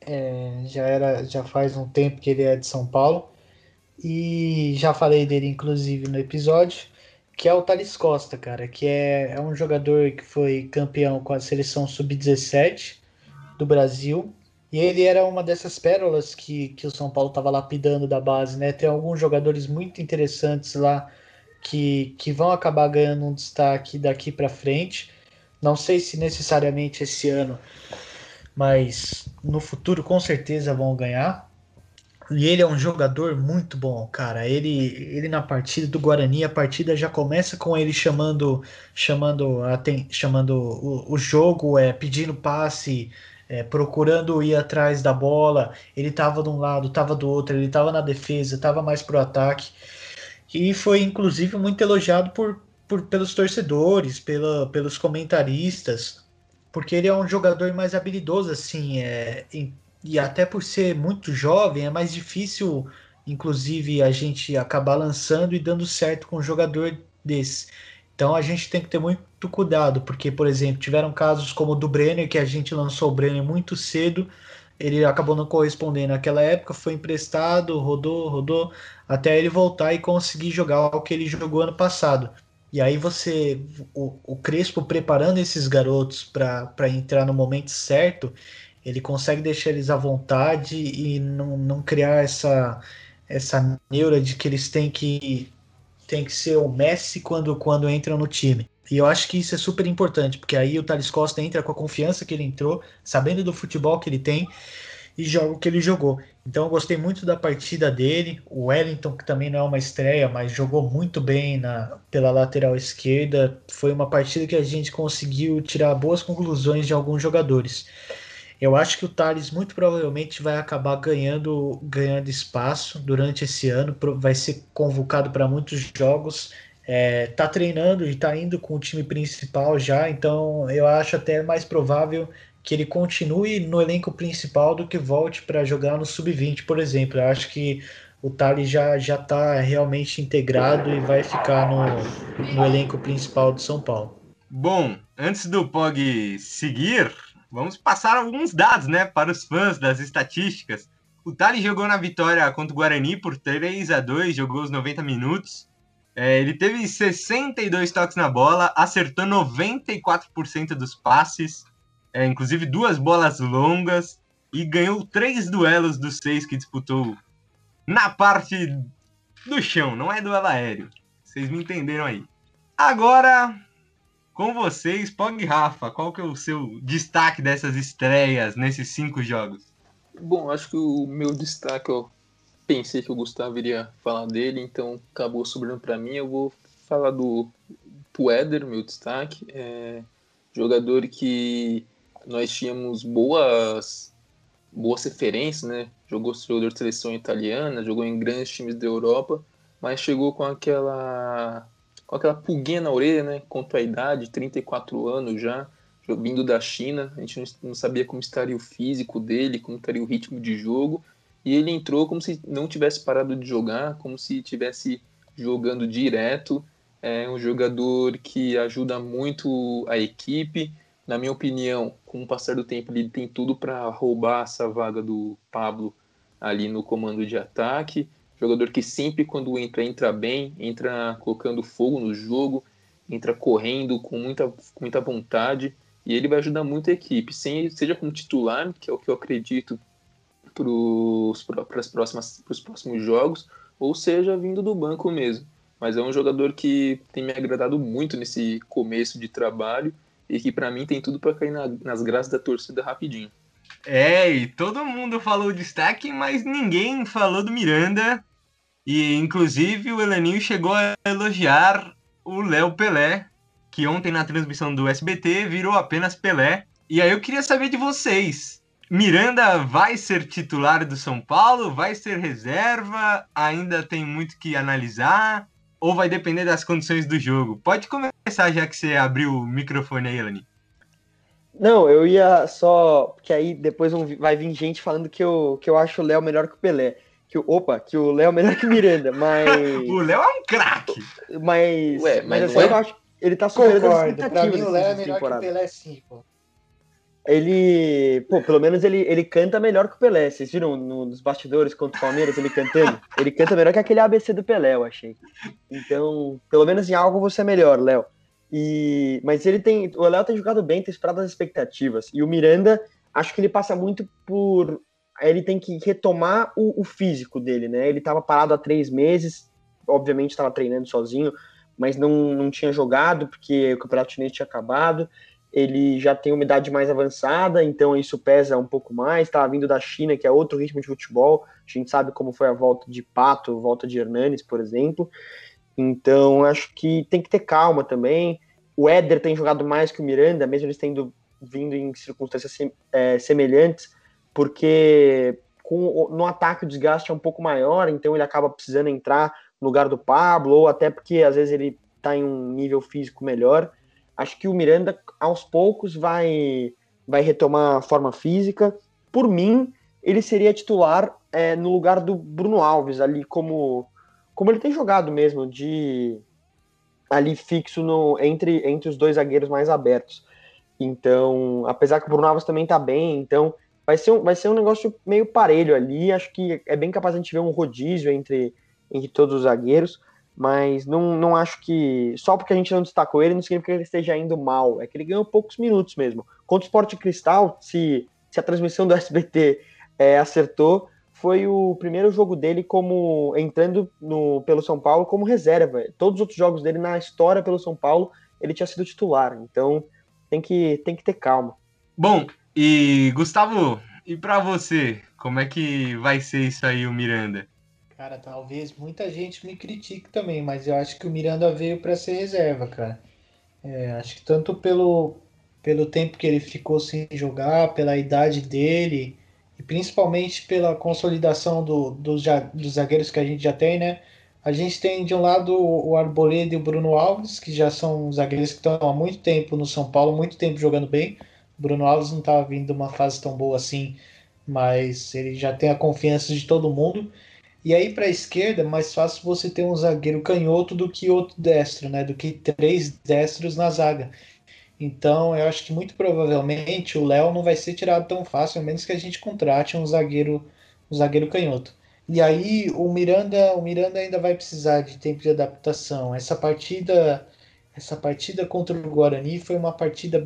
Já faz um tempo que ele é de São Paulo. E já falei dele, inclusive, no episódio, que é o Thales Costa, cara, que é um jogador que foi campeão com a seleção sub-17 do Brasil. E ele era uma dessas pérolas que o São Paulo estava lapidando da base, né? Tem alguns jogadores muito interessantes lá que vão acabar ganhando um destaque daqui para frente. Não sei se necessariamente esse ano, mas no futuro com certeza vão ganhar. E ele é um jogador muito bom, cara. Ele na partida do Guarani, a partida já começa com ele chamando o jogo, pedindo passe, procurando ir atrás da bola. Ele tava de um lado, tava do outro, ele tava na defesa, tava mais pro ataque. E foi inclusive muito elogiado pelos torcedores, pelos comentaristas, porque ele é um jogador mais habilidoso, assim, e até por ser muito jovem, é mais difícil, inclusive, a gente acabar lançando e dando certo com um jogador desse. Então a gente tem que ter muito cuidado, porque, por exemplo, tiveram casos como o do Brenner, que a gente lançou o Brenner muito cedo, ele acabou não correspondendo naquela época, foi emprestado, rodou, até ele voltar e conseguir jogar o que ele jogou ano passado. E aí o Crespo preparando esses garotos para entrar no momento certo, ele consegue deixar eles à vontade e não criar essa neura de que eles têm que ser o Messi quando entram no time. E eu acho que isso é super importante, porque aí o Thales Costa entra com a confiança que ele entrou, sabendo do futebol que ele tem e joga o que ele jogou. Então eu gostei muito da partida dele. O Wellington, que também não é uma estreia, mas jogou muito bem pela lateral esquerda. Foi uma partida que a gente conseguiu tirar boas conclusões de alguns jogadores. Eu acho que o Thales muito provavelmente vai acabar ganhando espaço durante esse ano, vai ser convocado para muitos jogos, tá treinando e tá indo com o time principal já, então eu acho até mais provável que ele continue no elenco principal do que volte para jogar no sub-20, por exemplo. Eu acho que o Thales já está realmente integrado e vai ficar no elenco principal do São Paulo. Bom, antes do Pog seguir, vamos passar alguns dados, né, para os fãs das estatísticas. O Thales jogou na vitória contra o Guarani por 3-2, jogou os 90 minutos. Ele teve 62 toques na bola, acertou 94% dos passes, inclusive 2 bolas longas, e ganhou 3 duelos dos 6 que disputou na parte do chão, não é duelo aéreo. Vocês me entenderam aí. Agora, com vocês, Pog e Rafa, qual que é o seu destaque dessas estreias nesses 5 jogos? Bom, acho que o meu destaque, eu pensei que o Gustavo iria falar dele, então acabou sobrando para mim. Eu vou falar do Éder, meu destaque. Jogador que nós tínhamos boas referências, né? Jogador de seleção italiana, jogou em grandes times da Europa, mas chegou com aquela pulguinha na orelha, né? Quanto à idade, 34 anos já, vindo da China, a gente não sabia como estaria o físico dele, como estaria o ritmo de jogo, e ele entrou como se não tivesse parado de jogar, como se estivesse jogando direto. É um jogador que ajuda muito a equipe. Na minha opinião, com o passar do tempo, ele tem tudo para roubar essa vaga do Pablo ali no comando de ataque. Jogador que sempre, quando entra bem, entra colocando fogo no jogo, entra correndo com muita vontade, e ele vai ajudar muito a equipe, seja como titular, que é o que eu acredito para os próximos jogos, ou seja, vindo do banco mesmo. Mas é um jogador que tem me agradado muito nesse começo de trabalho e que para mim tem tudo para cair nas graças da torcida rapidinho. E todo mundo falou o destaque, mas ninguém falou do Miranda. E inclusive o Elaninho chegou a elogiar o Léo Pelé, que ontem na transmissão do SBT virou apenas Pelé. E aí eu queria saber de vocês. Miranda vai ser titular do São Paulo? Vai ser reserva? Ainda tem muito que analisar? Ou vai depender das condições do jogo? Pode começar, já que você abriu o microfone aí, Elani. Não, eu ia só... Porque aí depois vai vir gente falando que eu acho o Léo melhor que o Pelé. Que o Léo é melhor que o Miranda, mas... O Léo é um craque! Mas mas eu acho que ele tá superando as Concordo, pra mim expectativas o Léo é dessa melhor temporada. que o Pelé sim, pô. Ele, pelo menos ele canta melhor que o Pelé. Vocês viram nos bastidores contra o Palmeiras ele cantando? Ele canta melhor que aquele ABC do Pelé, eu achei. Então, pelo menos em algo você é melhor, Léo. Mas o Léo tem jogado bem, tem superado as expectativas. E o Miranda, acho que ele passa muito por... Ele tem que retomar o físico dele, né? Ele estava parado há 3 meses, obviamente estava treinando sozinho, mas não tinha jogado porque o campeonato chinês tinha acabado. Ele já tem uma idade mais avançada, então isso pesa um pouco mais. Estava vindo da China, que é outro ritmo de futebol. A gente sabe como foi a volta de Pato, volta de Hernanes, por exemplo. Então, acho que tem que ter calma também. O Éder tem jogado mais que o Miranda, mesmo eles tendo vindo em circunstâncias semelhantes, porque no ataque o desgaste é um pouco maior, então ele acaba precisando entrar no lugar do Pablo, ou até porque às vezes ele está em um nível físico melhor. Acho que o Miranda, aos poucos, vai retomar a forma física. Por mim, ele seria titular no lugar do Bruno Alves, ali como ele tem jogado mesmo, ali fixo entre os dois zagueiros mais abertos. Então, apesar que o Bruno Alves também está bem, então vai ser um negócio meio parelho ali. Acho que é bem capaz de a gente ver um rodízio entre todos os zagueiros, mas não acho que... Só porque a gente não destacou ele, não significa que ele esteja indo mal. É que ele ganhou poucos minutos mesmo. Contra o Sport Cristal, se a transmissão do SBT acertou, foi o primeiro jogo dele entrando pelo São Paulo como reserva. Todos os outros jogos dele na história pelo São Paulo, ele tinha sido titular. Então, tem que ter calma. Bom, e Gustavo, e pra você, como é que vai ser isso aí, o Miranda? Cara, talvez muita gente me critique também, mas eu acho que o Miranda veio para ser reserva, cara. Acho que tanto pelo tempo que ele ficou sem jogar, pela idade dele, e principalmente pela consolidação dos zagueiros que a gente já tem, né? A gente tem de um lado o Arboleda e o Bruno Alves, que já são zagueiros que estão há muito tempo no São Paulo, muito tempo jogando bem. Bruno Alves não estava vindo uma fase tão boa assim, mas ele já tem a confiança de todo mundo. E aí para a esquerda é mais fácil você ter um zagueiro canhoto do que outro destro, né? Do que 3 destros na zaga. Então eu acho que muito provavelmente o Léo não vai ser tirado tão fácil, a menos que a gente contrate um zagueiro canhoto. E aí o Miranda ainda vai precisar de tempo de adaptação. Essa partida contra o Guarani foi uma partida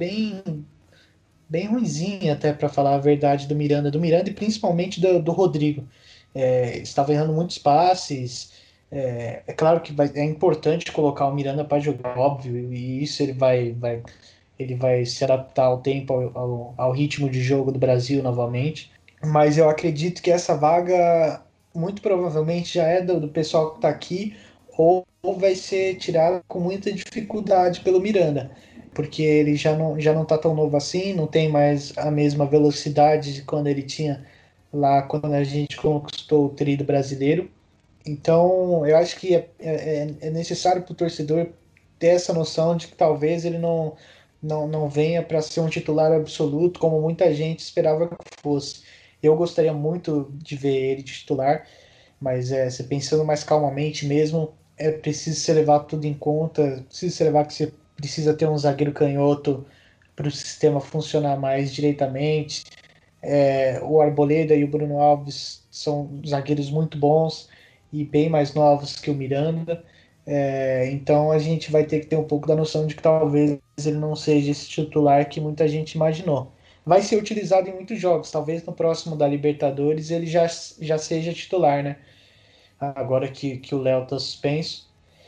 bem ruinzinha, até para falar a verdade, do Miranda e principalmente do Rodrigo. Estava errando muitos passes. É claro que é importante colocar o Miranda para jogar, óbvio, e isso ele vai se adaptar ao tempo, ao ritmo de jogo do Brasil novamente. Mas eu acredito que essa vaga muito provavelmente já é do pessoal que está aqui, ou vai ser tirada com muita dificuldade pelo Miranda, porque ele já não tá tão novo assim, não tem mais a mesma velocidade de quando ele tinha lá quando a gente conquistou o tríduo brasileiro. Então, eu acho que é necessário para o torcedor ter essa noção de que talvez ele não venha para ser um titular absoluto, como muita gente esperava que fosse. Eu gostaria muito de ver ele de titular, mas você pensando mais calmamente mesmo, é preciso você levar tudo em conta, precisa você levar que você precisa ter um zagueiro canhoto para o sistema funcionar mais direitamente. O Arboleda e o Bruno Alves são zagueiros muito bons e bem mais novos que o Miranda. Então a gente vai ter que ter um pouco da noção de que talvez ele não seja esse titular que muita gente imaginou. Vai ser utilizado em muitos jogos, talvez no próximo da Libertadores ele já seja titular, né? Agora que o Léo está suspenso.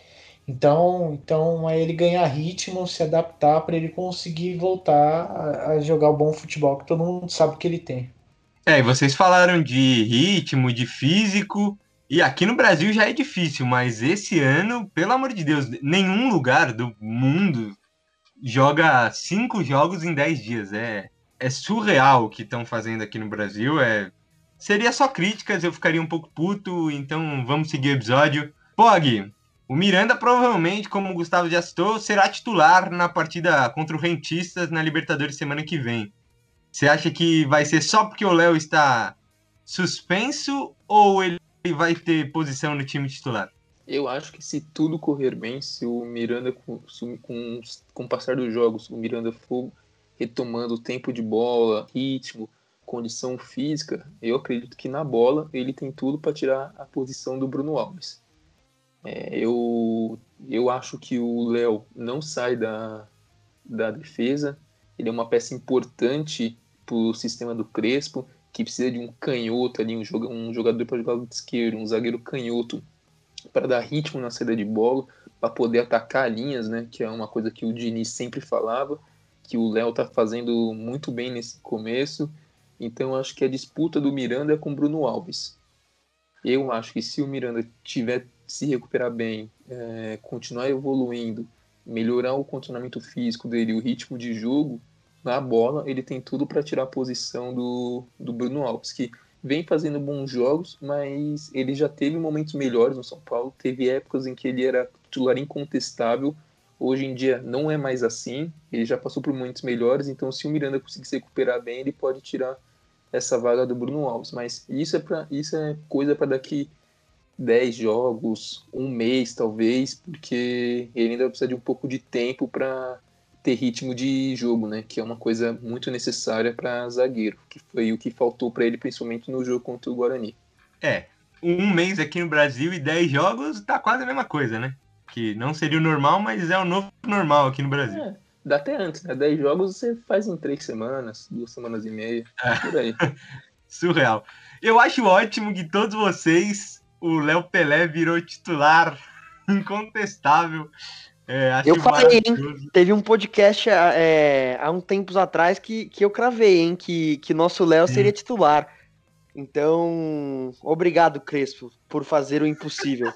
Então é ele ganhar ritmo, se adaptar para ele conseguir voltar a jogar o bom futebol que todo mundo sabe que ele tem. E vocês falaram de ritmo, de físico, e aqui no Brasil já é difícil, mas esse ano, pelo amor de Deus, nenhum lugar do mundo joga 5 jogos em 10 dias. É surreal o que estão fazendo aqui no Brasil. Seria só críticas, eu ficaria um pouco puto, então vamos seguir o episódio. Pog, o Miranda provavelmente, como o Gustavo já citou, será titular na partida contra o Rentistas na Libertadores semana que vem. Você acha que vai ser só porque o Léo está suspenso ou ele vai ter posição no time titular? Eu acho que se tudo correr bem, se o Miranda, com o passar dos jogos, o Miranda for retomando o tempo de bola, ritmo, condição física, eu acredito que na bola ele tem tudo para tirar a posição do Bruno Alves. Eu acho que o Léo não sai da defesa, ele é uma peça importante para o sistema do Crespo, que precisa de um canhoto ali, um jogador para jogar do lado esquerdo, um zagueiro canhoto para dar ritmo na saída de bola, para poder atacar linhas, né? Que é uma coisa que o Diniz sempre falava, que o Léo está fazendo muito bem nesse começo. Então acho que a disputa do Miranda é com o Bruno Alves. Eu acho que se o Miranda tiver se recuperar bem, continuar evoluindo, melhorar o condicionamento físico dele, o ritmo de jogo, na bola ele tem tudo para tirar a posição do Bruno Alves, que vem fazendo bons jogos, mas ele já teve momentos melhores no São Paulo, teve épocas em que ele era titular incontestável, hoje em dia não é mais assim, ele já passou por momentos melhores, então se o Miranda conseguir se recuperar bem, ele pode tirar essa vaga do Bruno Alves, mas isso é coisa para daqui 10 jogos, um mês talvez, porque ele ainda precisa de um pouco de tempo para ter ritmo de jogo, né? Que é uma coisa muito necessária para zagueiro, que foi o que faltou para ele, principalmente no jogo contra o Guarani. Um mês aqui no Brasil e 10 jogos tá quase a mesma coisa, né? Que não seria o normal, mas é o novo normal aqui no Brasil. Dá até antes, né? 10 jogos você faz em 3 semanas, 2 semanas e meia, por aí. Surreal. Eu acho ótimo que todos vocês, o Léo Pelé virou titular incontestável. Eu falei, hein? Teve um podcast há um tempos atrás que eu cravei, hein? Que nosso Léo seria titular. Então, obrigado, Crespo, por fazer o impossível.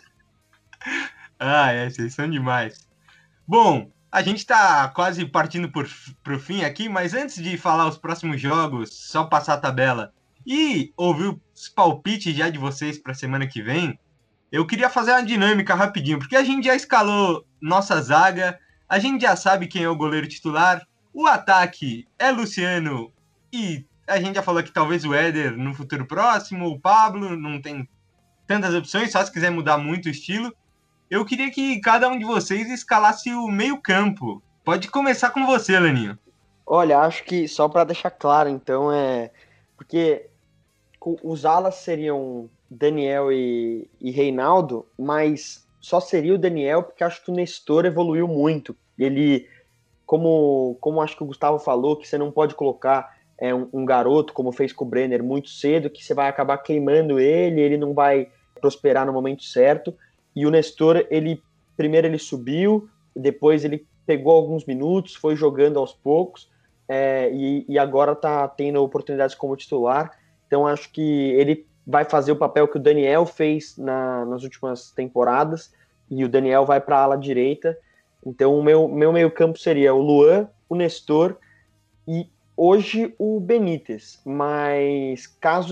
Vocês são demais. Bom, a gente está quase partindo pro fim aqui, mas antes de falar os próximos jogos, só passar a tabela e ouvir os palpites já de vocês para a semana que vem, eu queria fazer uma dinâmica rapidinho, porque a gente já escalou nossa zaga, a gente já sabe quem é o goleiro titular, O ataque é Luciano e a gente já falou que talvez o Éder no futuro próximo, o Pablo, não tem tantas opções, só se quiser mudar muito o estilo. Eu queria que cada um de vocês escalasse o meio-campo. Pode começar com você, Leninho. Olha, acho que só para deixar claro, então, porque os alas seriam Daniel e Reinaldo, mas só seria o Daniel porque acho que o Nestor evoluiu muito. Ele, como acho que o Gustavo falou, que você não pode colocar um garoto, como fez com o Brenner, muito cedo, que você vai acabar queimando ele não vai prosperar no momento certo. E o Nestor, primeiro ele subiu, depois ele pegou alguns minutos, foi jogando aos poucos, e agora está tendo oportunidades como titular. Então acho que ele vai fazer o papel que o Daniel fez nas últimas temporadas, e o Daniel vai para a ala direita. Então o meu meio campo seria o Luan, o Nestor e hoje o Benítez, mas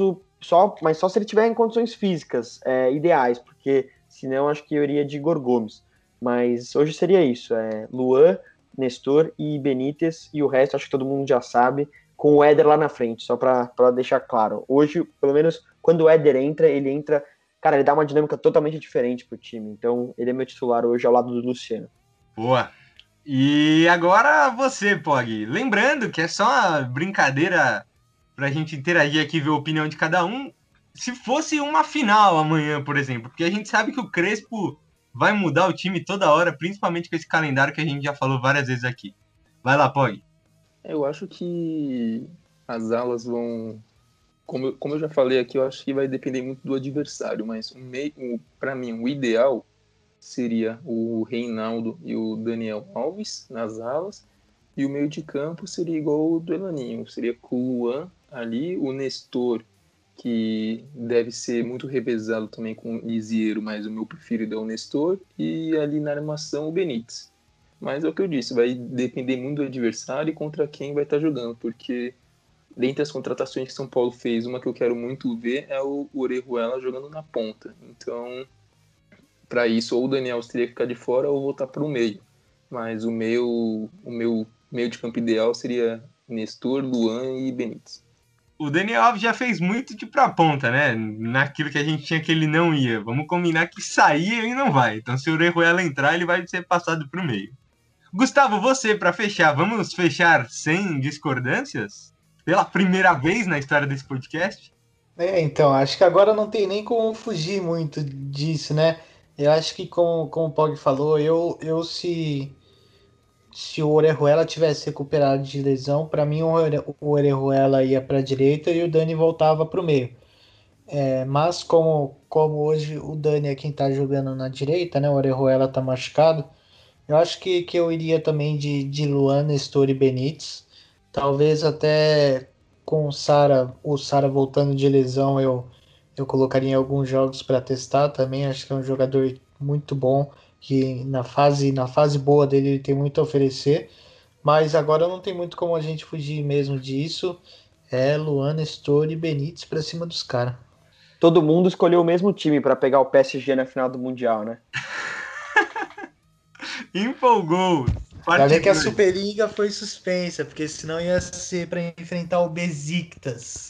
só se ele tiver em condições físicas ideais, porque senão acho que eu iria de Igor Gomes. Mas hoje seria isso, Luan, Nestor e Benítez, e o resto acho que todo mundo já sabe, com o Éder lá na frente, só para deixar claro. Hoje, pelo menos, quando o Éder entra, cara, ele dá uma dinâmica totalmente diferente pro time, então ele é meu titular hoje ao lado do Luciano. Boa! E agora você, Pog. Lembrando que é só uma brincadeira pra gente interagir aqui e ver a opinião de cada um. Se fosse uma final amanhã, por exemplo, porque a gente sabe que o Crespo vai mudar o time toda hora, principalmente com esse calendário que a gente já falou várias vezes aqui. Vai lá, Pog. Eu acho que as alas vão... Como eu já falei aqui, eu acho que vai depender muito do adversário, mas para mim, o ideal seria o Reinaldo e o Daniel Alves nas alas, e o meio de campo seria igual o do Elaninho, seria com o Luan ali, o Nestor, que deve ser muito revezado também com o Lisieiro, mas o meu preferido é o Nestor, e ali na armação o Benítez. Mas é o que eu disse, vai depender muito do adversário e contra quem vai estar jogando, porque dentre as contratações que São Paulo fez, uma que eu quero muito ver é o Orejuela jogando na ponta. Então, para isso, ou o Daniel teria que ficar de fora ou voltar para o meio. Mas o meu meio de campo ideal seria Nestor, Luan e Benítez. O Daniel Alves já fez muito de pra ponta, né? Naquilo que a gente tinha que ele não ia. Vamos combinar que sair ele não vai. Então, se o Orejuela entrar, ele vai ser passado pro meio. Gustavo, você, para fechar, vamos fechar sem discordâncias? Pela primeira vez na história desse podcast? Então, acho que agora não tem nem como fugir muito disso, né? Eu acho que, como o Pog falou, se o Orejuela tivesse recuperado de lesão, para mim o Orejuela ia para a direita e o Dani voltava para o meio. Mas como hoje o Dani é quem está jogando na direita, né? O Orejuela está machucado. Eu acho que eu iria também de Luan, Nestor e Benítez. Talvez até com o Sara voltando de lesão, eu colocaria em alguns jogos para testar também. Acho que é um jogador muito bom, que na fase boa dele ele tem muito a oferecer. Mas agora não tem muito como a gente fugir mesmo disso. É Luan, Nestor e Benítez para cima dos caras. Todo mundo escolheu o mesmo time para pegar o PSG na final do Mundial, né? Empolgou. Pra ver que a Superliga foi suspensa, porque senão ia ser para enfrentar o Besiktas.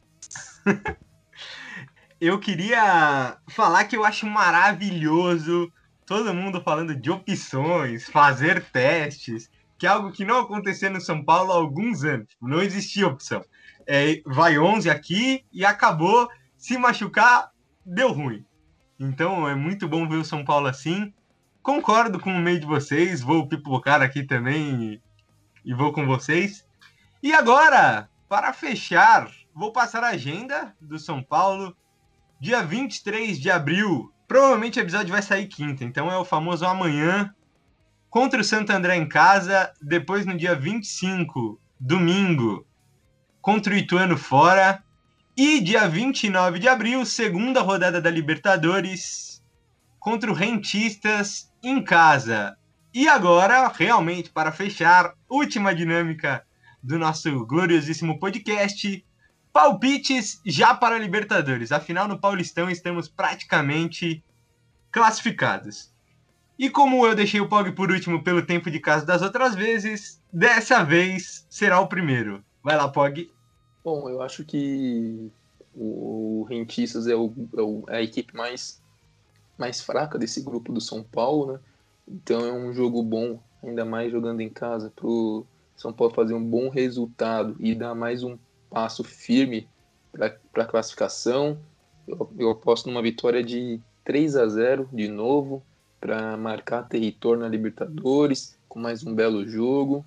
Eu queria falar que eu acho maravilhoso todo mundo falando de opções, fazer testes, que é algo que não acontecia no São Paulo há alguns anos. Não existia opção. Vai 11 aqui e acabou. Se machucar, deu ruim. Então é muito bom ver o São Paulo assim. Concordo com o meio de vocês, vou pipocar aqui também e vou com vocês. E agora, para fechar, vou passar a agenda do São Paulo. Dia 23 de abril, provavelmente o episódio vai sair quinta, então é o famoso amanhã, contra o Santo André em casa. Depois no dia 25, domingo, contra o Ituano fora. E dia 29 de abril, segunda rodada da Libertadores, contra o Rentistas em casa. E agora, realmente, para fechar, última dinâmica do nosso gloriosíssimo podcast, palpites já para a Libertadores. Afinal, no Paulistão estamos praticamente classificados. E como eu deixei o Pog por último pelo tempo de casa das outras vezes, dessa vez será o primeiro. Vai lá, Pog. Bom, eu acho que o Rentistas é a equipe mais fraca desse grupo do São Paulo, né? Então é um jogo bom, ainda mais jogando em casa, para o São Paulo fazer um bom resultado e dar mais um passo firme para a classificação. Eu aposto numa vitória de 3-0 de novo, para marcar território na Libertadores, com mais um belo jogo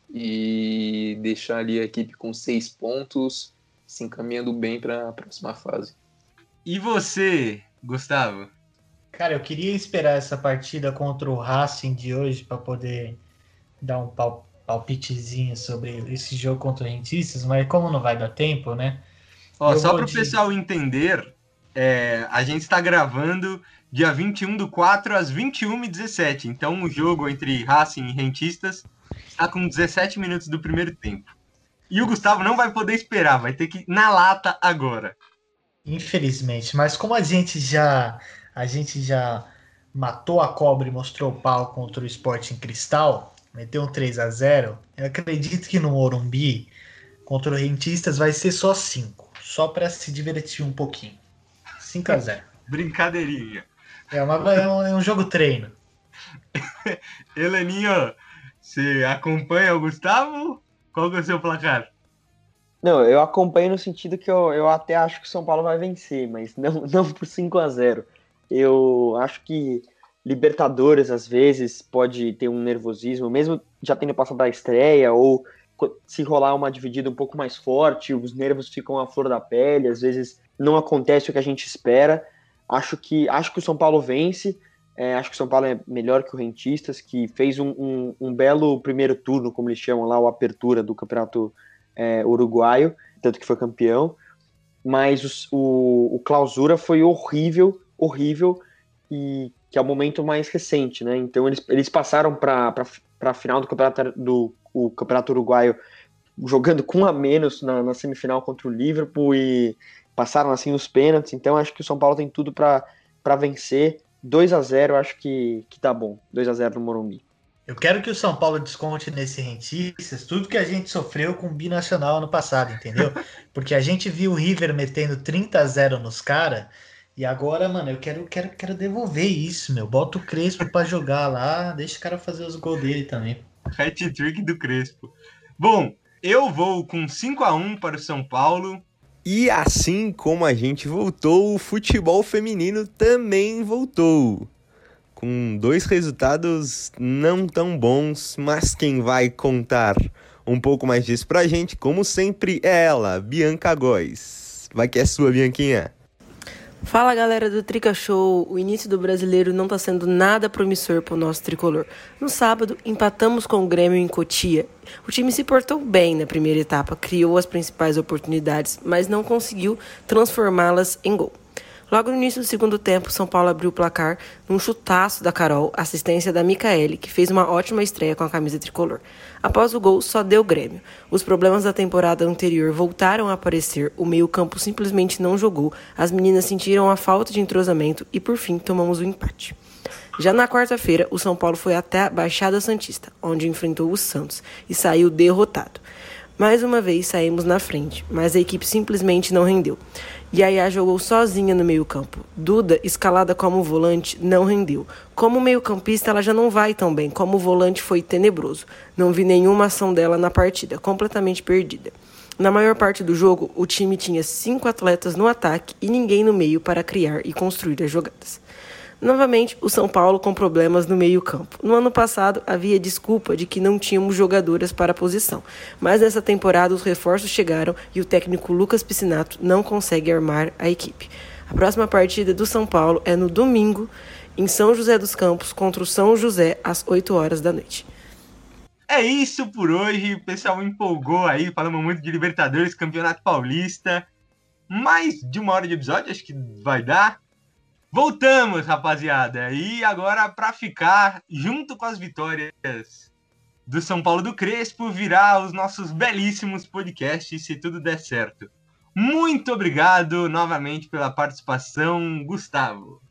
e deixar ali a equipe com 6 pontos, se encaminhando bem para a próxima fase. E você, Gustavo? Cara, eu queria esperar essa partida contra o Racing de hoje para poder dar um palpitezinho sobre esse jogo contra o Rentistas, mas como não vai dar tempo, né? Ó, só para o pessoal entender, a gente está gravando dia 21/4 às 21h17. Então o jogo entre Racing e Rentistas está com 17 minutos do primeiro tempo. E o Gustavo não vai poder esperar, vai ter que ir na lata agora. Infelizmente, mas como a gente já matou a cobra e mostrou o pau contra o Sporting Cristal, meteu um 3-0, eu acredito que no Morumbi, contra o Rentistas, vai ser só 5. Só para se divertir um pouquinho. 5-0. Brincadeirinha. É um jogo treino. Heleninho, você acompanha o Gustavo? Qual que é o seu placar? Não, eu acompanho no sentido que eu até acho que o São Paulo vai vencer, mas não por 5-0. Eu acho que Libertadores, às vezes, pode ter um nervosismo, mesmo já tendo passado da estreia, ou se rolar uma dividida um pouco mais forte, os nervos ficam à flor da pele, às vezes não acontece o que a gente espera. Acho que o São Paulo vence, acho que o São Paulo é melhor que o Rentistas, que fez um belo primeiro turno, como eles chamam lá, o Apertura do Campeonato Uruguaio, tanto que foi campeão, mas o Clausura foi horrível, e que é o momento mais recente, né? Então eles passaram para a final do Campeonato Uruguaio jogando com a menos na semifinal contra o Liverpool e passaram assim os pênaltis. Então acho que o São Paulo tem tudo para vencer. 2-0 acho que tá bom. 2-0 no Morumbi. Eu quero que o São Paulo desconte nesse Rentistas tudo que a gente sofreu com o Binacional ano passado, entendeu? Porque a gente viu o River metendo 30-0 nos caras, e agora, mano, eu quero devolver isso, meu. Bota o Crespo pra jogar lá, deixa o cara fazer os gols dele também. Hat-trick do Crespo. Bom, eu vou com 5-1 para o São Paulo. E assim como a gente voltou, o futebol feminino também voltou. Com 2 resultados não tão bons, mas quem vai contar um pouco mais disso pra gente, como sempre, é ela, Bianca Góes. Vai que é sua, Bianquinha. Fala, galera do Trica Show. O início do Brasileiro não tá sendo nada promissor pro nosso tricolor. No sábado, empatamos com o Grêmio em Cotia. O time se portou bem na primeira etapa, criou as principais oportunidades, mas não conseguiu transformá-las em gol. Logo no início do segundo tempo, São Paulo abriu o placar num chutaço da Carol, assistência da Micaele, que fez uma ótima estreia com a camisa tricolor. Após o gol, só deu Grêmio. Os problemas da temporada anterior voltaram a aparecer, o meio-campo simplesmente não jogou, as meninas sentiram a falta de entrosamento e, por fim, tomamos o empate. Já na quarta-feira, o São Paulo foi até a Baixada Santista, onde enfrentou o Santos, e saiu derrotado. Mais uma vez saímos na frente, mas a equipe simplesmente não rendeu. Yaya jogou sozinha no meio-campo. Duda, escalada como volante, não rendeu. Como meio-campista, ela já não vai tão bem. Como volante, foi tenebroso. Não vi nenhuma ação dela na partida, completamente perdida. Na maior parte do jogo, o time tinha 5 atletas no ataque e ninguém no meio para criar e construir as jogadas. Novamente, o São Paulo com problemas no meio-campo. No ano passado, havia desculpa de que não tínhamos jogadoras para a posição, mas nessa temporada os reforços chegaram e o técnico Lucas Piscinato não consegue armar a equipe. A próxima partida do São Paulo é no domingo, em São José dos Campos, contra o São José, às 8 horas da noite. É isso por hoje, o pessoal empolgou aí, falamos muito de Libertadores, Campeonato Paulista, mais de 1 hora de episódio, acho que vai dar. Voltamos, rapaziada, e agora para ficar junto com as vitórias do São Paulo do Crespo, virá os nossos belíssimos podcasts, se tudo der certo. Muito obrigado novamente pela participação, Gustavo.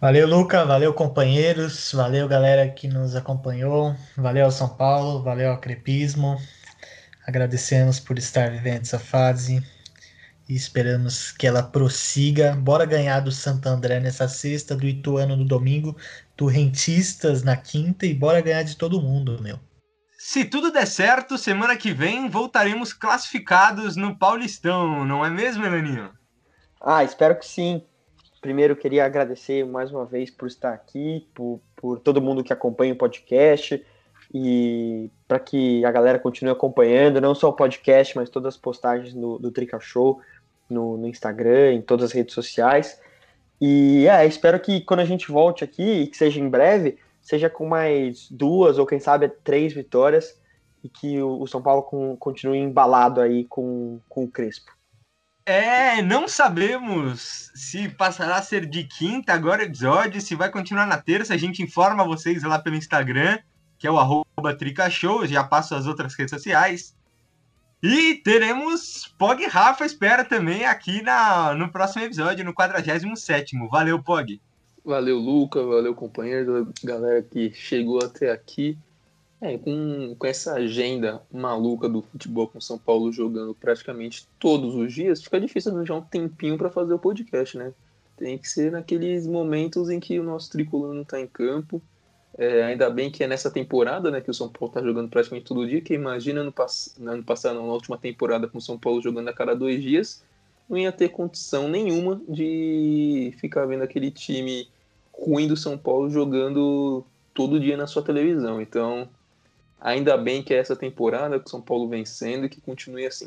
Valeu, Luca. Valeu, companheiros. Valeu, galera que nos acompanhou. Valeu ao São Paulo. Valeu ao Crepismo. Agradecemos por estar vivendo essa fase e esperamos que ela prossiga. Bora ganhar do Santo André nessa sexta, do Ituano no domingo, do Rentistas na quinta e bora ganhar de todo mundo, meu. Se tudo der certo, semana que vem voltaremos classificados no Paulistão, não é mesmo, Elaninho? Espero que sim. Primeiro, queria agradecer mais uma vez por estar aqui, por todo mundo que acompanha o podcast e para que a galera continue acompanhando, não só o podcast, mas todas as postagens do Trica Show no Instagram, em todas as redes sociais. E espero que quando a gente volte aqui, e que seja em breve, seja com mais 2 ou quem sabe 3 vitórias e que o São Paulo continue embalado aí com o Crespo. Não sabemos se passará a ser de quinta agora o episódio, se vai continuar na terça, a gente informa vocês lá pelo Instagram, que é o @tricashow, já passo as outras redes sociais. E teremos Pog Rafa, espera também aqui no próximo episódio, no 47º. Valeu, Pog! Valeu, Luca, valeu, companheiro, galera que chegou até aqui. Com essa agenda maluca do futebol com São Paulo jogando praticamente todos os dias, fica difícil arranjar um tempinho para fazer o podcast, né? Tem que ser naqueles momentos em que o nosso tricolor não está em campo. Ainda bem que é nessa temporada, né, que o São Paulo está jogando praticamente todo dia, que imagina no ano passado, na última temporada, com o São Paulo jogando a cada 2 dias, não ia ter condição nenhuma de ficar vendo aquele time ruim do São Paulo jogando todo dia na sua televisão. Então, ainda bem que é essa temporada que o São Paulo vencendo e que continue assim.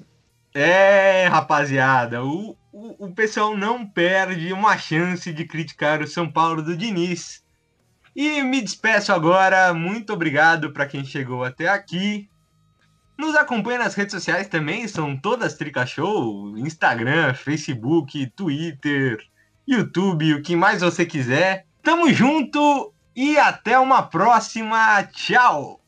Rapaziada, o pessoal não perde uma chance de criticar o São Paulo do Diniz. E me despeço agora, muito obrigado para quem chegou até aqui. Nos acompanha nas redes sociais também, são todas Trica Show, Instagram, Facebook, Twitter, YouTube, o que mais você quiser. Tamo junto e até uma próxima, tchau!